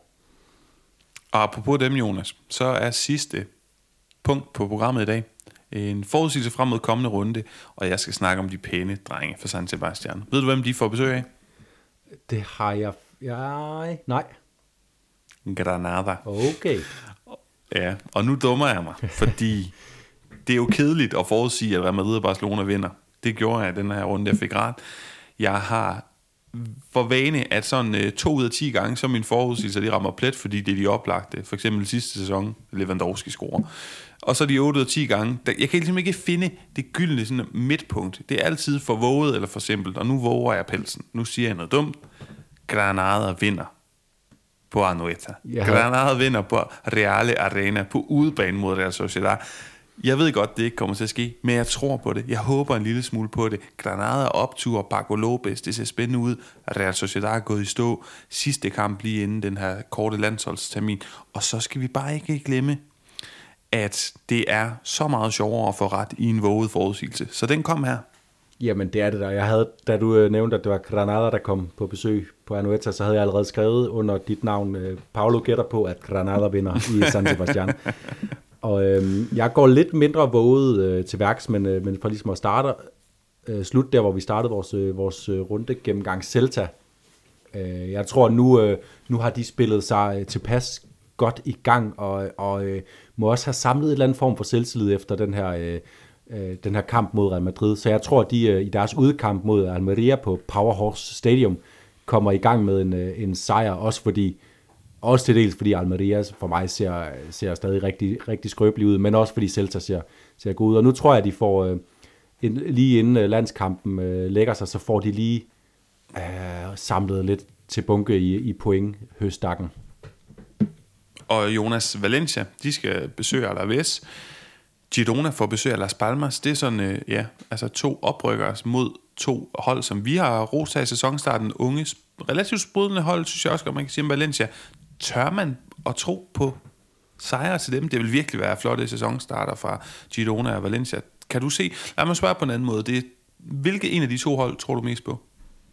Og apropos dem, Jonas, så er sidste punkt på programmet i dag en forudsigelse frem mod kommende runde, og jeg skal snakke om de pæne drenge fra San Sebastian. Ved du, hvem de får besøg af? Det har jeg... jeg... Nej. Granada. Okay. Ja, og nu dummer jeg mig, fordi det er jo kedeligt at forudsige, at Real Madrid og Barcelona vinder. Det gjorde jeg den her runde, jeg fik ret. Jeg har for vane, at sådan uh, to ud af ti gange, så min forudsigelse, de rammer plet, fordi det er de oplagte. For eksempel sidste sæson, Lewandowski scorer. Og så de otte ud af ti gange. Der, jeg kan ligesom ikke finde det gyldne sådan midtpunkt. Det er altid for våget eller for simpelt, og nu våger jeg pelsen. Nu siger jeg noget dumt. Granada vinder på Anoeta. Ja. Granada vinder på Real Arena på udebane mod Real Sociedad. Jeg ved godt, det ikke kommer til at ske, men jeg tror på det. Jeg håber en lille smule på det. Granada optur, Paco Lopez, det ser spændende ud. Real Sociedad er gået i stå. Sidste kamp lige inden den her korte landsholdstermin. Og så skal vi bare ikke glemme, at det er så meget sjovere at få ret i en våget forudsigelse. Så den kom her. Jamen det er det der. Jeg havde, da du nævnte, at det var Granada, der kom på besøg på Anoeta, så havde jeg allerede skrevet under dit navn, Paulo gætter på, at Granada vinder i San Sebastian. Og øhm, jeg går lidt mindre våget øh, til værks, men, øh, men for ligesom at starte, øh, slut der, hvor vi startede vores, øh, vores øh, runde gennemgang Celta. Øh, jeg tror, nu, øh, nu har de spillet sig øh, tilpas godt i gang, og, og øh, må også have samlet en eller anden form for selvtillid efter den her, øh, øh, den her kamp mod Real Madrid. Så jeg tror, at de øh, i deres udkamp mod Almeria på Powerhouse Stadium kommer i gang med en, øh, en sejr, også fordi Også til dels, fordi Almeria for mig ser, ser stadig rigtig, rigtig skrøbelig ud, men også fordi Celta ser, ser god ud. Og nu tror jeg, at de får, øh, en, lige inden øh, landskampen øh, lægger sig, så får de lige øh, samlet lidt til bunke i, i point høstdakken. Og Jonas, Valencia, de skal besøge Alaves. Girona får besøg af Las Palmas. Det er sådan, øh, ja, altså to oprykkere mod to hold, som vi har rost her i sæsonstarten. Unge, relativt sprudlende hold, synes jeg også, at man kan sige om Valencia. Tør man at tro på sejre til dem? Det vil virkelig være flotte sæsonstarter fra Girona og Valencia. Kan du se? Lad mig spørge på en anden måde. Det er, hvilke en af de to hold tror du mest på?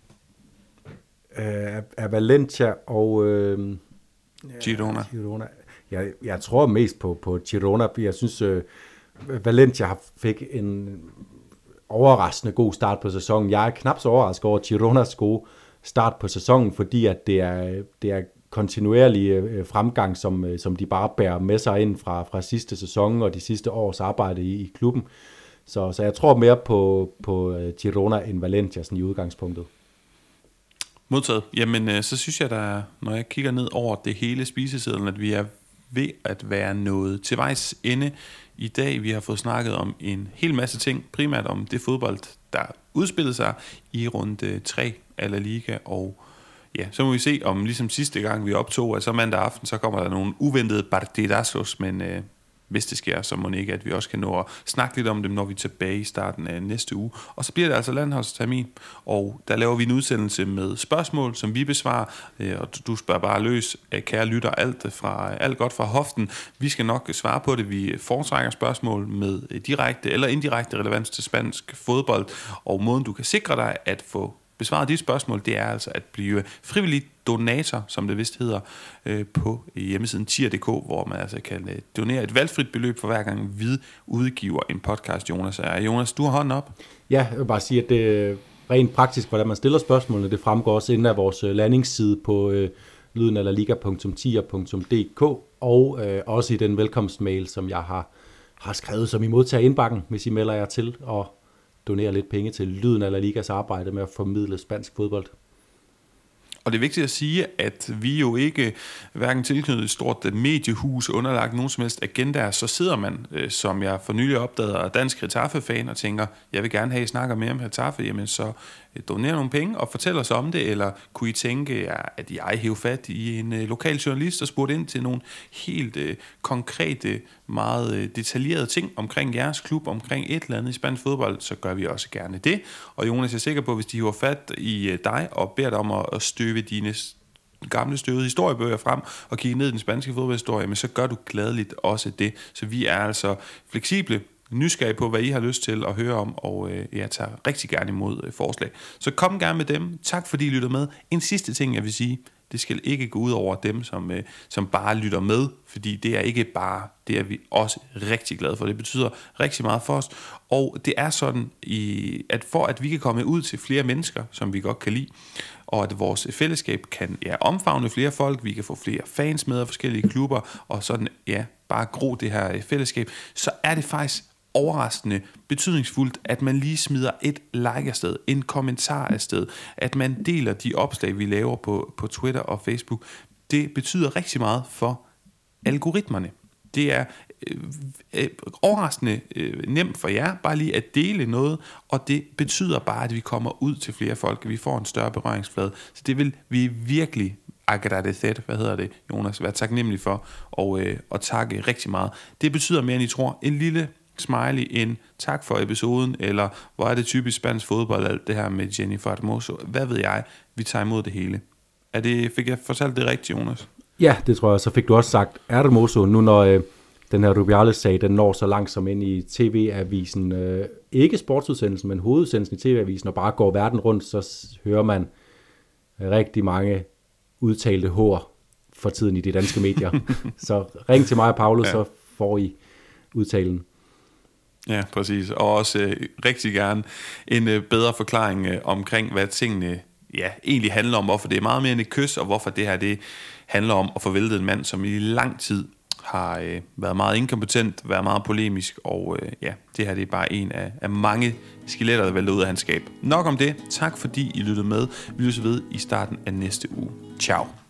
Er, er Valencia og øh, Girona. Ja, Girona. Jeg, jeg tror mest på, på Girona. Jeg synes, øh, Valencia fik en overraskende god start på sæsonen. Jeg er knap så overrasket over Gironas gode start på sæsonen, fordi at det er, det er kontinuerlig øh, fremgang, som, øh, som de bare bærer med sig ind fra, fra sidste sæson og de sidste års arbejde i, i klubben. Så, så jeg tror mere på, på Girona end Valencia sådan i udgangspunktet. Modtaget. Jamen, øh, så synes jeg, der, når jeg kigger ned over det hele spisesedlen, at vi er ved at være nået til vejs ende i dag. Vi har fået snakket om en hel masse ting, primært om det fodbold, der udspillede sig i runde tre af La Liga, og ja, så må vi se, om ligesom sidste gang vi optog, at så mandag aften, så kommer der nogle uventede partidazos, men øh, hvis det sker, så må det ikke, at vi også kan nå at snakke lidt om dem, når vi er tilbage i starten af næste uge. Og så bliver det altså landsholdstermin, og der laver vi en udsendelse med spørgsmål, som vi besvarer, og du spørger bare løs, kære lytter, alt, fra, alt godt fra hoften. Vi skal nok svare på det. Vi foretrækker spørgsmål med direkte eller indirekte relevans til spansk fodbold, og måden du kan sikre dig at få besvaret de spørgsmål, det er altså at blive frivillig donator, som det vist hedder, øh, på hjemmesiden tier punktum d k, hvor man altså kan øh, donere et valgfrit beløb for hver gang vi udgiver en podcast, Jonas. Er Jonas, du har hånden op? Ja, jeg vil bare sige, at det rent praktisk, hvordan man stiller spørgsmålene, det fremgår også inden af vores landingsside på øh, lyden eller liga punktum tier punktum d k, og øh, også i den velkomstmail, som jeg har, har skrevet, som I modtager indbakken, hvis I melder jer til og donere lidt penge til Lyden eller Ligas arbejde med at formidle spansk fodbold. Og det er vigtigt at sige, at vi jo ikke hverken tilknyttet et stort mediehus underlagt nogen som helst agendaer, så sidder man, som jeg for nylig opdagede, dansk Getafe-fan og tænker, jeg vil gerne have, at I snakker mere om Getafe, jamen så doner nogle penge og fortæl os om det, eller kunne I tænke, at jeg hæver fat i en lokal journalist og spurgte ind til nogle helt uh, konkrete, meget uh, detaljerede ting omkring jeres klub, omkring et eller andet i spansk fodbold, så gør vi også gerne det. Og Jonas, jeg er sikker på, at hvis de hiver fat i uh, dig og beder dig om at, at støve dine gamle støvede historiebøger frem og kigge ned i den spanske fodboldhistorie, men så gør du gladeligt også det. Så vi er altså fleksible, nysgerrige på, hvad I har lyst til at høre om, og øh, jeg tager rigtig gerne imod øh, forslag. Så kom gerne med dem. Tak fordi I lytter med. En sidste ting, jeg vil sige, det skal ikke gå ud over dem, som, øh, som bare lytter med, fordi det er ikke bare, det er vi også rigtig glade for. Det betyder rigtig meget for os, og det er sådan, i, at for at vi kan komme ud til flere mennesker, som vi godt kan lide, og at vores fællesskab kan ja, omfavne flere folk, vi kan få flere fans med af forskellige klubber, og sådan ja, bare gro det her fællesskab, så er det faktisk overraskende betydningsfuldt, at man lige smider et like afsted, en kommentar afsted, at man deler de opslag, vi laver på, på Twitter og Facebook. Det betyder rigtig meget for algoritmerne. Det er øh, øh, overraskende øh, nemt for jer bare lige at dele noget, og det betyder bare, at vi kommer ud til flere folk, vi får en større berøringsflade. Så det vil vi virkelig agradecer, hvad hedder det, Jonas, være taknemmelig for, og, øh, og takke rigtig meget. Det betyder mere, end I tror. En lille smiley, en tak for episoden, eller hvor er det typisk spansk fodbold, alt det her med Jennifer Hermoso. Hvad ved jeg? Vi tager imod det hele. Er det, fik jeg fortalt det rigtigt, Jonas? Ja, det tror jeg. Så fik du også sagt Hermoso, nu når øh, den her Rubiales-sag, den når så langsomt ind i tv-avisen, øh, ikke sportsudsendelsen, men hovedudsendelsen i tv-avisen, og bare går verden rundt, så hører man rigtig mange udtalte hår for tiden i de danske medier. Så ring til mig og Paolo, ja. Så får I udtalen. Ja, præcis. Og også øh, rigtig gerne en øh, bedre forklaring øh, omkring, hvad tingene ja, egentlig handler om, hvorfor det er meget mere end et kys, og hvorfor det her det handler om at få væltet en mand, som i lang tid har øh, været meget inkompetent, været meget polemisk, og øh, ja, det her det er bare en af, af mange skeletter, der vælter ud af hans skab. Nok om det. Tak fordi I lyttede med. Vi lyttes ved i starten af næste uge. Ciao.